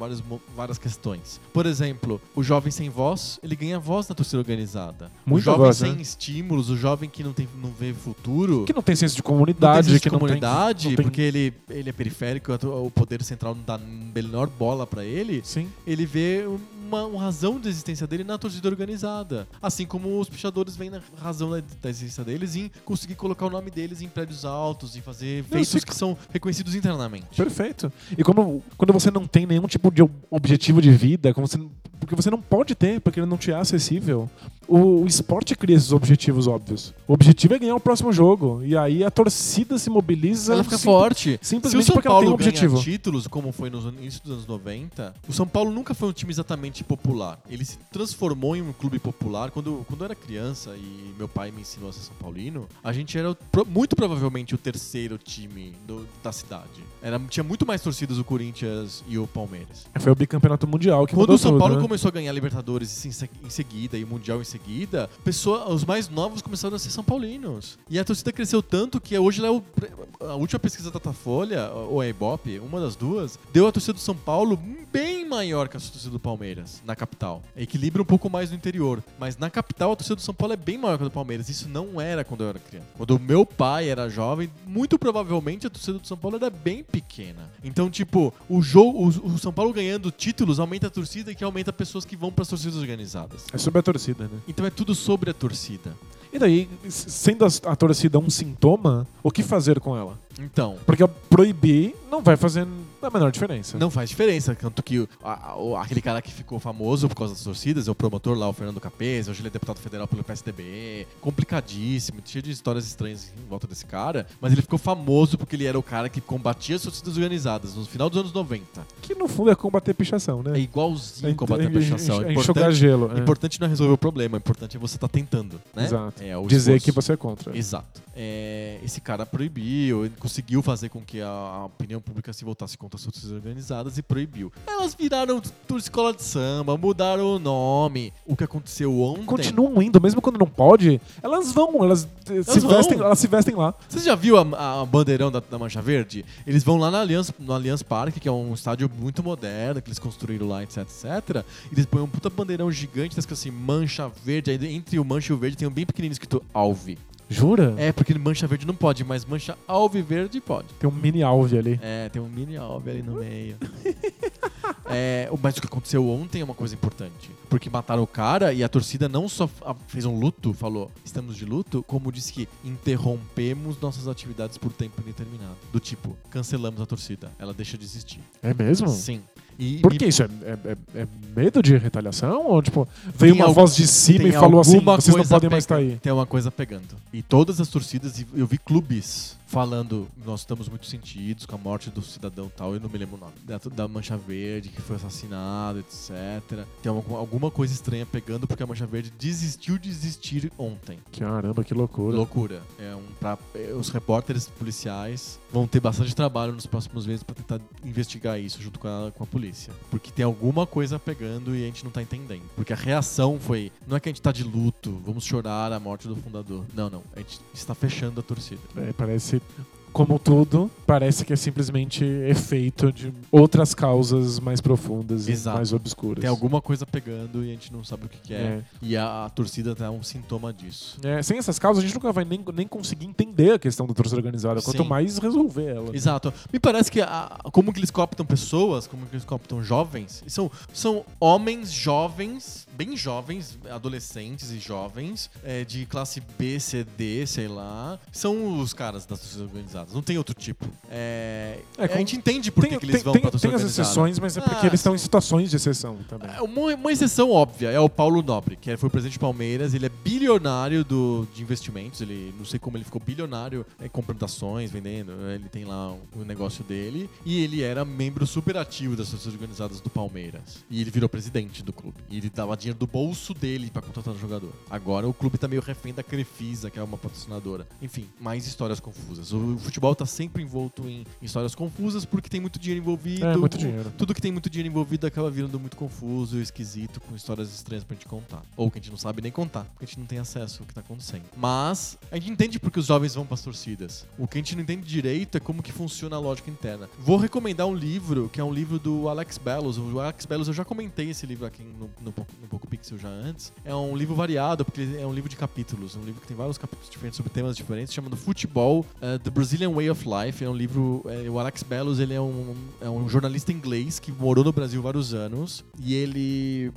várias questões. Por exemplo, o jovem sem voz, ele ganha voz na torcida organizada. O jovem voz, sem né? estímulos, o jovem que não vê futuro... Que não tem senso de comunidade. Porque ele é periférico, o poder central não dá a menor bola pra ele. Sim. Ele vê uma razão de existência dele na torcida organizada. Assim como os pichadores veem na razão da existência deles em conseguir colocar o nome deles em prédios altos, em fazer feitos que são reconhecidos internamente. Perfeito. E quando você não tem nenhum tipo de objetivo de vida, porque você não pode ter, porque ele não te é acessível, o esporte cria esses objetivos óbvios. O objetivo é ganhar o próximo jogo. E aí a torcida se mobiliza. Ela fica forte. Simplesmente Se o São porque ela tem um Paulo ganha objetivo. títulos, como foi no início dos anos 90, o São Paulo nunca foi um time exatamente popular. Ele se transformou em um clube popular. Quando eu era criança e meu pai me ensinou a ser São Paulino, a gente era muito provavelmente o terceiro time da cidade. Tinha muito mais torcidas o Corinthians e o Palmeiras. Foi o bicampeonato mundial que Quando mudou o São tudo, Paulo né? começou a ganhar Libertadores em seguida e Mundial em seguida, os mais novos começaram a ser São Paulinos. E a torcida cresceu tanto que hoje ela a última pesquisa da Datafolha, ou a Ibope, uma das duas, deu a torcida do São Paulo bem maior que a torcida do Palmeiras, na capital. Equilibra um pouco mais no interior. Mas na capital, a torcida do São Paulo é bem maior que a do Palmeiras. Isso não era quando eu era criança. Quando o meu pai era jovem, muito provavelmente a torcida do São Paulo era bem pequena. Então, tipo, o São Paulo ganhando títulos aumenta a torcida, que aumenta pessoas que vão para as torcidas organizadas. É sobre a torcida, né? Então é tudo sobre a torcida. E daí, sendo a torcida um sintoma, o que fazer com ela? Então, Porque proibir não vai fazer a menor diferença. não faz diferença. Tanto que aquele cara que ficou famoso por causa das torcidas é o promotor lá, o Fernando Capês. Hoje ele é deputado federal pelo PSDB. Complicadíssimo, cheio de histórias estranhas em volta desse cara. Mas ele ficou famoso porque ele era o cara que combatia as torcidas organizadas no final dos anos 90. Que no fundo é combater pichação, né? É igualzinho combater a pichação. É enxugar gelo. O importante não é resolver o problema, o importante é você estar tentando, né? Exato. É, o Dizer esforço. que você é contra. Exato. Esse cara proibiu, ele conseguiu fazer com que a opinião pública se voltasse contra as torcidas organizadas e proibiu. Elas viraram escola de samba, mudaram o nome. O que aconteceu ontem... Continuam indo, mesmo quando não pode, elas vão, elas se vestem lá. Você já viu a bandeirão da Mancha Verde? Eles vão lá no Allianz Parque, que é um estádio muito moderno, que eles construíram lá, etc, etc. E eles põem um puta bandeirão gigante, tá escrito assim, Mancha Verde. Aí entre o Mancha e o Verde tem um bem pequenininho escrito Alve. Jura? É, porque Mancha Verde não pode, mas Mancha Alviverde pode. Tem um mini alve ali. É, tem um mini alve ali no meio. Mas o que aconteceu ontem é uma coisa importante. Porque mataram o cara e a torcida não só fez um luto, falou, estamos de luto, como disse que interrompemos nossas atividades por tempo indeterminado. Do tipo, cancelamos a torcida, ela deixa de existir. É mesmo? Sim. Por que isso? É medo de retaliação? Ou, tipo, veio Tem uma voz de cima e falou assim, vocês não podem mais estar aí? Tem uma coisa pegando. E todas as torcidas, eu vi clubes falando, nós estamos muito sentidos com a morte do cidadão tal, eu não me lembro o nome, da Mancha Verde, que foi assassinado, etc. Tem alguma coisa estranha pegando, porque a Mancha Verde desistiu de existir ontem. Caramba, que loucura. Loucura. Os repórteres policiais vão ter bastante trabalho nos próximos meses para tentar investigar isso junto com a polícia. Porque tem alguma coisa pegando e a gente não tá entendendo. Porque a reação foi, não é que a gente tá de luto, vamos chorar a morte do fundador. Não. A gente está fechando a torcida. Parece, como tudo, parece que é simplesmente efeito de outras causas mais profundas e mais obscuras. Tem alguma coisa pegando e a gente não sabe o que é. E a torcida é um sintoma disso. Sem essas causas, a gente nunca vai nem conseguir entender a questão da torcida organizada, quanto mais resolver ela. Exato. Me parece que como que eles cooptam pessoas, como que eles cooptam jovens, são homens jovens, bem jovens, adolescentes e jovens, de classe B, C, D, sei lá, são os caras das torcidas organizadas. Não tem outro tipo. A gente entende por que eles vão pra torcida organizada. Tem as exceções, mas é porque eles estão em situações de exceção também. Uma exceção óbvia é o Paulo Nobre, que foi presidente do Palmeiras. Ele é bilionário de investimentos. Ele, não sei como ele ficou bilionário comprando ações, vendendo. Ele tem lá o negócio dele. E ele era membro super ativo das torcidas organizadas do Palmeiras. E ele virou presidente do clube. E ele dava dinheiro do bolso dele pra contratar o jogador. Agora o clube tá meio refém da Crefisa, que é uma patrocinadora. Enfim, mais histórias confusas. O futebol tá sempre envolto em histórias confusas porque tem muito dinheiro envolvido. Muito dinheiro. Tudo que tem muito dinheiro envolvido acaba virando muito confuso, esquisito, com histórias estranhas pra gente contar. Ou que a gente não sabe nem contar, porque a gente não tem acesso ao que tá acontecendo. Mas a gente entende porque os jovens vão pras torcidas. O que a gente não entende direito é como que funciona a lógica interna. Vou recomendar um livro, que é um livro do Alex Bellos. O Alex Bellos, eu já comentei esse livro aqui no Poco Pixel já antes. É um livro variado, porque é um livro de capítulos. Um livro que tem vários capítulos diferentes sobre temas diferentes, chamado Futebol, The Brazilian Way of Life. É um livro... o Alex Bellos, ele é um jornalista inglês que morou no Brasil vários anos. E ele...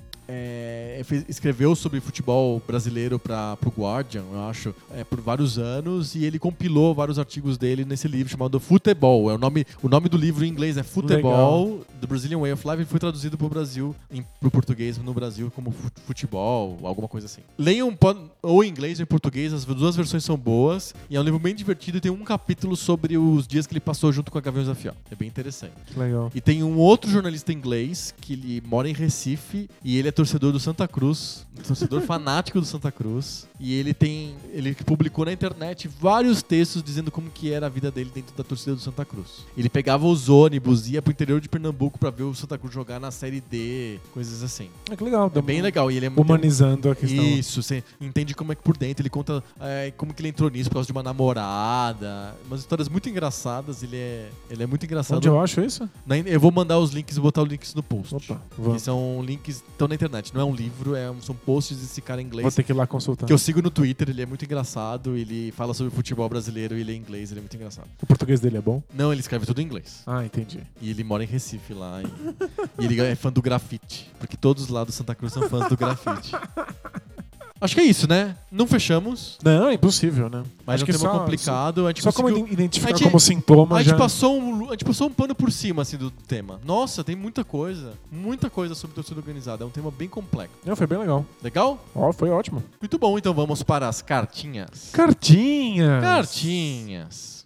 escreveu sobre futebol brasileiro pro Guardian, eu acho, por vários anos, e ele compilou vários artigos dele nesse livro chamado Futebol. O nome do livro em inglês é Futebol, The Brazilian Way of Life, e foi traduzido pro Brasil, pro português no Brasil como futebol, alguma coisa assim. Leiam ou em inglês ou em português, as duas versões são boas, e é um livro bem divertido e tem um capítulo sobre os dias que ele passou junto com a Gaviões da Fiel. É bem interessante. Legal. E tem um outro jornalista inglês que ele mora em Recife e ele é torcedor do Santa Cruz, torcedor fanático do Santa Cruz, e ele publicou na internet vários textos dizendo como que era a vida dele dentro da torcida do Santa Cruz. Ele pegava os ônibus, ia pro interior de Pernambuco pouco pra ver o Santa Cruz jogar na Série D, coisas assim. É que legal. É bem legal. E ele é muito Humanizando a questão. Isso, você entende como é que por dentro ele conta como que ele entrou nisso por causa de uma namorada. Umas histórias muito engraçadas, ele é muito engraçado. Onde eu acho isso? Eu vou mandar os links, vou botar os links no post. Opa, Que são links que estão na internet, não é um livro, são posts desse cara em inglês. Vou ter que ir lá consultar. Que eu sigo no Twitter, ele é muito engraçado, ele fala sobre futebol brasileiro, ele é inglês, ele é muito engraçado. O português dele é bom? Não, ele escreve tudo em inglês. Ah, entendi. E ele mora em Recife lá. E ele é fã do grafite. Porque todos lá do Santa Cruz são fãs do grafite. Acho que é isso, né? Não fechamos. Não, é impossível, né? Mas Acho é um que tema complicado. A gente só como conseguiu... identificar como sintoma a gente já... passou um pano por cima assim, do tema. Nossa, tem muita coisa sobre torcida organizada. É um tema bem complexo. Não, foi bem legal. Legal? Ó, foi ótimo. Muito bom, então vamos para as cartinhas. Cartinhas! Cartinhas.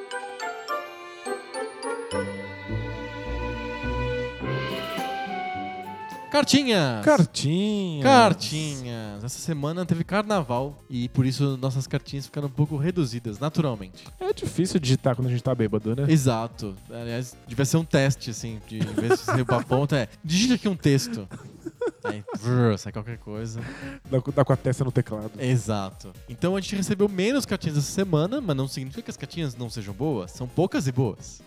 Cartinhas! Cartinhas! Cartinhas! Essa semana teve carnaval e por isso nossas cartinhas ficaram um pouco reduzidas, naturalmente. É difícil digitar quando a gente tá bêbado, né? Exato. Aliás, devia ser um teste, assim, de em vez de ser pra ponta, digite aqui um texto. Aí, sai qualquer coisa. Dá com a testa no teclado. Exato. Então a gente recebeu menos cartinhas essa semana, mas não significa que as cartinhas não sejam boas. São poucas e boas.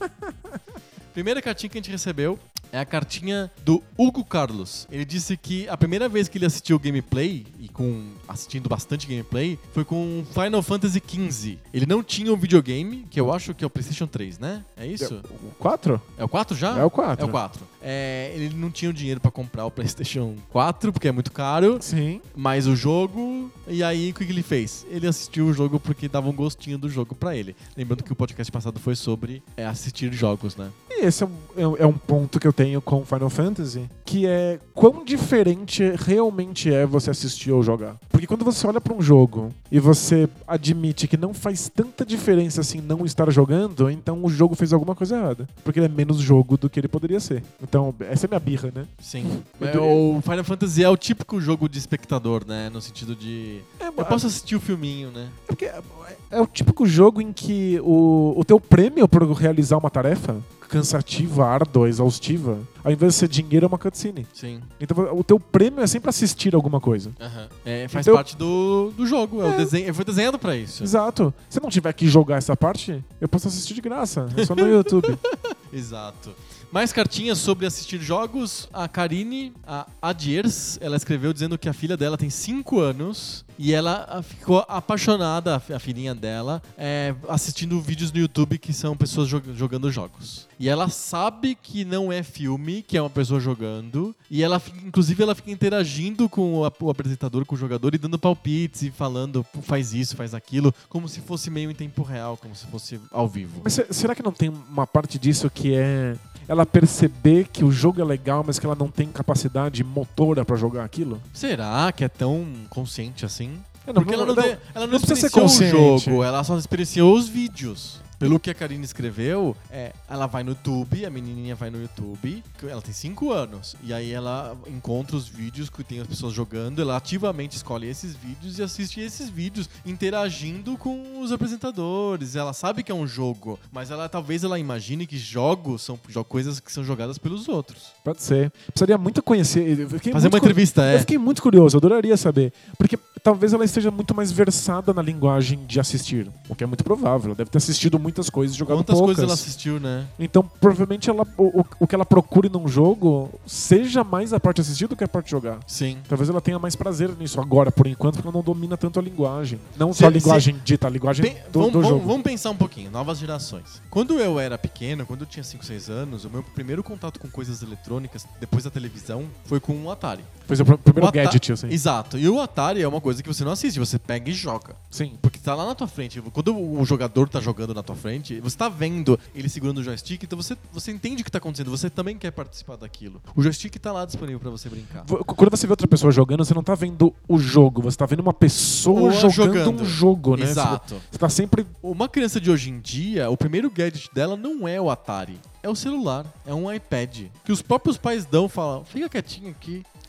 Primeira cartinha que a gente recebeu é a cartinha do Hugo Carlos. Ele disse que a primeira vez que ele assistiu gameplay, e assistindo bastante gameplay, foi com Final Fantasy XV. Ele não tinha um videogame, que eu acho que é o PlayStation 3, né? É isso? O 4? É o 4 já? É o 4. É o 4. Ele não tinha o dinheiro pra comprar o PlayStation 4, porque é muito caro. Sim. Mas o jogo... E aí, o que ele fez? Ele assistiu o jogo porque dava um gostinho do jogo pra ele. Lembrando que o podcast passado foi sobre assistir jogos, né? E esse é um ponto que eu tenho com Final Fantasy, que é quão diferente realmente é você assistir ou jogar. Porque quando você olha pra um jogo e você admite que não faz tanta diferença assim não estar jogando, então o jogo fez alguma coisa errada. Porque ele é menos jogo do que ele poderia ser. Então, essa é minha birra, né? Sim. O Final Fantasy é o típico jogo de espectador, né? No sentido de... eu posso assistir o filminho, né? Porque é o típico jogo em que o teu prêmio por realizar uma tarefa cansativa, árdua, exaustiva, ao invés de ser dinheiro, é uma cutscene. Sim. Então o teu prêmio é sempre assistir alguma coisa. Uhum. Faz parte do jogo. Foi desenhado pra isso. Exato. Se não tiver que jogar essa parte, eu posso assistir de graça. É só no YouTube. Exato. Mais cartinhas sobre assistir jogos. A Karine, a Adiers, ela escreveu dizendo que a filha dela tem 5 anos e ela ficou apaixonada, a filhinha dela, assistindo vídeos no YouTube que são pessoas jogando jogos. E ela sabe que não é filme, que é uma pessoa jogando. E inclusive ela fica interagindo com o apresentador, com o jogador, e dando palpites e falando, faz isso, faz aquilo, como se fosse meio em tempo real, como se fosse ao vivo. Mas será que não tem uma parte disso que é ela perceber que o jogo é legal, mas que ela não tem capacidade motora pra jogar aquilo? Será que é tão consciente assim? Porque ela não precisa ser experienciou o consciente. jogo, ela só experienciou os vídeos. Pelo que a Karine escreveu, ela vai no YouTube, a menininha vai no YouTube, ela tem 5 anos, e aí ela encontra os vídeos que tem as pessoas jogando, ela ativamente escolhe esses vídeos e assiste esses vídeos, interagindo com os apresentadores. Ela sabe que é um jogo, mas talvez ela imagine que jogos são coisas que são jogadas pelos outros. Pode ser. Precisaria muito conhecer. Fazer uma entrevista, Eu fiquei muito curioso, eu adoraria saber. Porque talvez ela esteja muito mais versada na linguagem de assistir, o que é muito provável. Ela deve ter assistido muitas coisas, jogado Quantas poucas. coisas ela assistiu, né? Então, provavelmente, o que ela procure num jogo seja mais a parte de assistir do que a parte de jogar. Sim. Talvez ela tenha mais prazer nisso agora, por enquanto, porque ela não domina tanto a linguagem. Não só a linguagem dita, a linguagem do jogo. Vamos pensar um pouquinho, novas gerações. Quando eu era pequeno, quando eu tinha 5, 6 anos, o meu primeiro contato com coisas eletrônicas, depois da televisão, foi com um Atari. Foi o primeiro gadget, assim. Exato. E o Atari é uma coisa que você não assiste, você pega e joga. Sim. Porque tá lá na tua frente. Quando o jogador tá jogando na tua frente, você tá vendo ele segurando o joystick, então você entende o que tá acontecendo, você também quer participar daquilo. O joystick tá lá disponível pra você brincar. Quando você vê outra pessoa jogando, você não tá vendo o jogo, você tá vendo uma pessoa jogando um jogo, né? Exato. Você tá sempre... Uma criança de hoje em dia, o primeiro gadget dela não é o Atari, é o celular, é um iPad. Que os próprios pais falam, fica quietinho aqui.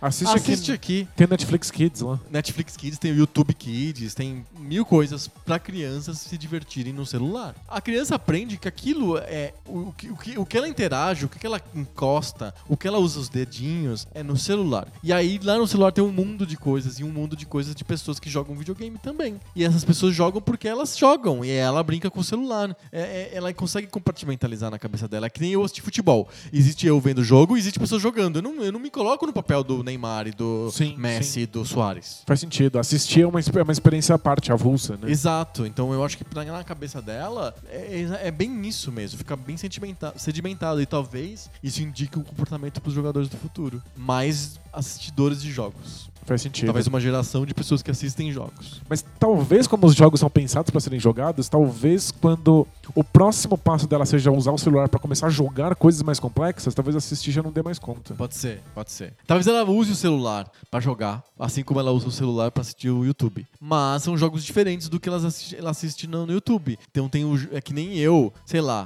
Assiste aqui. Tem Netflix Kids lá. Netflix Kids, tem o YouTube Kids, tem mil coisas pra crianças se divertirem no celular. A criança aprende que aquilo é o que ela interage, o que ela encosta, o que ela usa os dedinhos é no celular. E aí lá no celular tem um mundo de coisas e um mundo de coisas de pessoas que jogam videogame também. E essas pessoas jogam porque elas jogam e ela brinca com o celular. Ela consegue compartimentalizar na cabeça dela. É que nem eu assistir futebol. Existe eu vendo o jogo e existe pessoas jogando. Eu não me coloco no papel do Neymar e do Messi e do Suárez. Faz sentido. Assistir é uma experiência à parte, avulsa, né? Exato. Então eu acho que na cabeça dela é bem isso mesmo. Fica bem sedimentado. E talvez isso indique um comportamento para os jogadores do futuro. Mais assistidores de jogos. Faz sentido. Talvez uma geração de pessoas que assistem jogos. Mas talvez, como os jogos são pensados para serem jogados, talvez quando o próximo passo dela seja usar o celular para começar a jogar coisas mais complexas, talvez assistir já não dê mais conta. Pode ser. Talvez ela use o celular para jogar, assim como ela usa o celular para assistir o YouTube. Mas são jogos diferentes do que ela assiste no YouTube. Então é que nem eu, sei lá,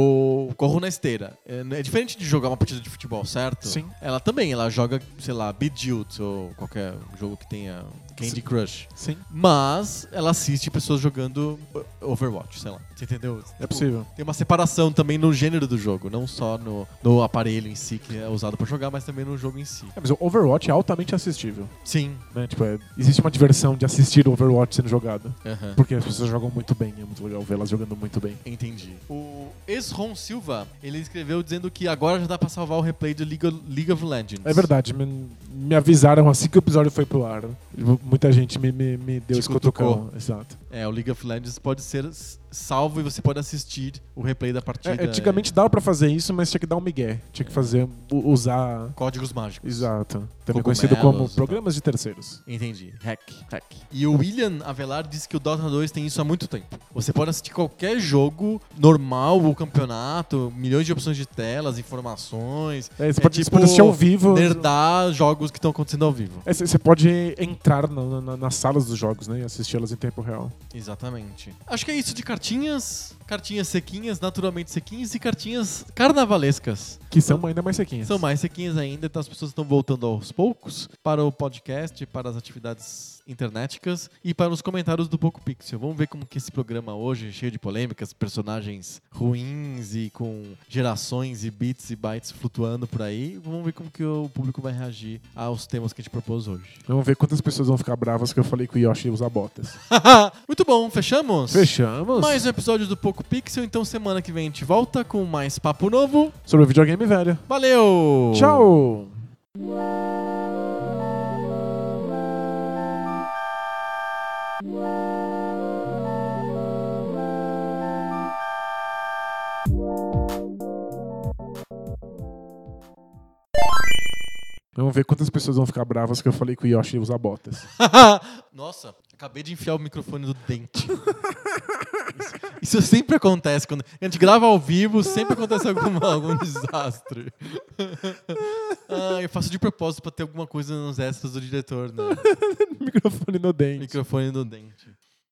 eu corro na esteira. É diferente de jogar uma partida de futebol, certo? Sim. Ela joga, sei lá, Bejeweled ou qualquer jogo que tenha Candy Crush. Sim. Mas ela assiste pessoas jogando Overwatch, sei lá. Você entendeu? É possível. Tem uma separação também no gênero do jogo, não só no aparelho em si que é usado pra jogar, mas também no jogo em si. Mas o Overwatch é altamente assistível. Sim. Né? Tipo, existe uma diversão de assistir o Overwatch sendo jogado. Uhum. Porque as pessoas jogam muito bem. É muito legal vê-las jogando muito bem. Entendi. O Esron Silva, ele escreveu dizendo que agora já dá pra salvar o replay do League of Legends. É verdade. Me avisaram assim que o episódio foi pro ar. Muita gente me deu esse cutucão. Exato. O League of Legends pode ser salvo e você pode assistir o replay da partida. Antigamente dava pra fazer isso, mas tinha que dar um migué. Tinha que usar... códigos mágicos. Exato. Também conhecido como programas de terceiros. Entendi. Hack. E o William Avelar disse que o Dota 2 tem isso há muito tempo. Você pode assistir qualquer jogo normal, o campeonato, milhões de opções de telas, informações. Você pode assistir ao vivo. Nerdar jogos que estão acontecendo ao vivo. Você pode entrar nas salas dos jogos, né? E assisti-las em tempo real. Exatamente. Acho que é isso de cartinhas sequinhas, naturalmente sequinhas, e cartinhas carnavalescas. Que são ainda mais sequinhas. São mais sequinhas ainda, então as pessoas estão voltando aos poucos para o podcast, para as atividades internéticas e para os comentários do Poco Pixel. Vamos ver como que esse programa hoje, cheio de polêmicas, personagens ruins e com gerações e bits e bytes flutuando por aí. Vamos ver como que o público vai reagir aos temas que a gente propôs hoje. Vamos ver quantas pessoas vão ficar bravas que eu falei que o Yoshi ia usar botas. Muito bom, fechamos? Fechamos. Mais um episódio do Poco Pixel, então semana que vem a gente volta com mais papo novo sobre o videogame velho. Valeu! Tchau! Vamos ver quantas pessoas vão ficar bravas que eu falei que o Yoshi ia usar botas. Nossa, acabei de enfiar o microfone no dente. Isso sempre acontece. Quando a gente grava ao vivo, sempre acontece algum desastre. Eu faço de propósito pra ter alguma coisa nos extras do diretor, né? Microfone no dente. Microfone no dente.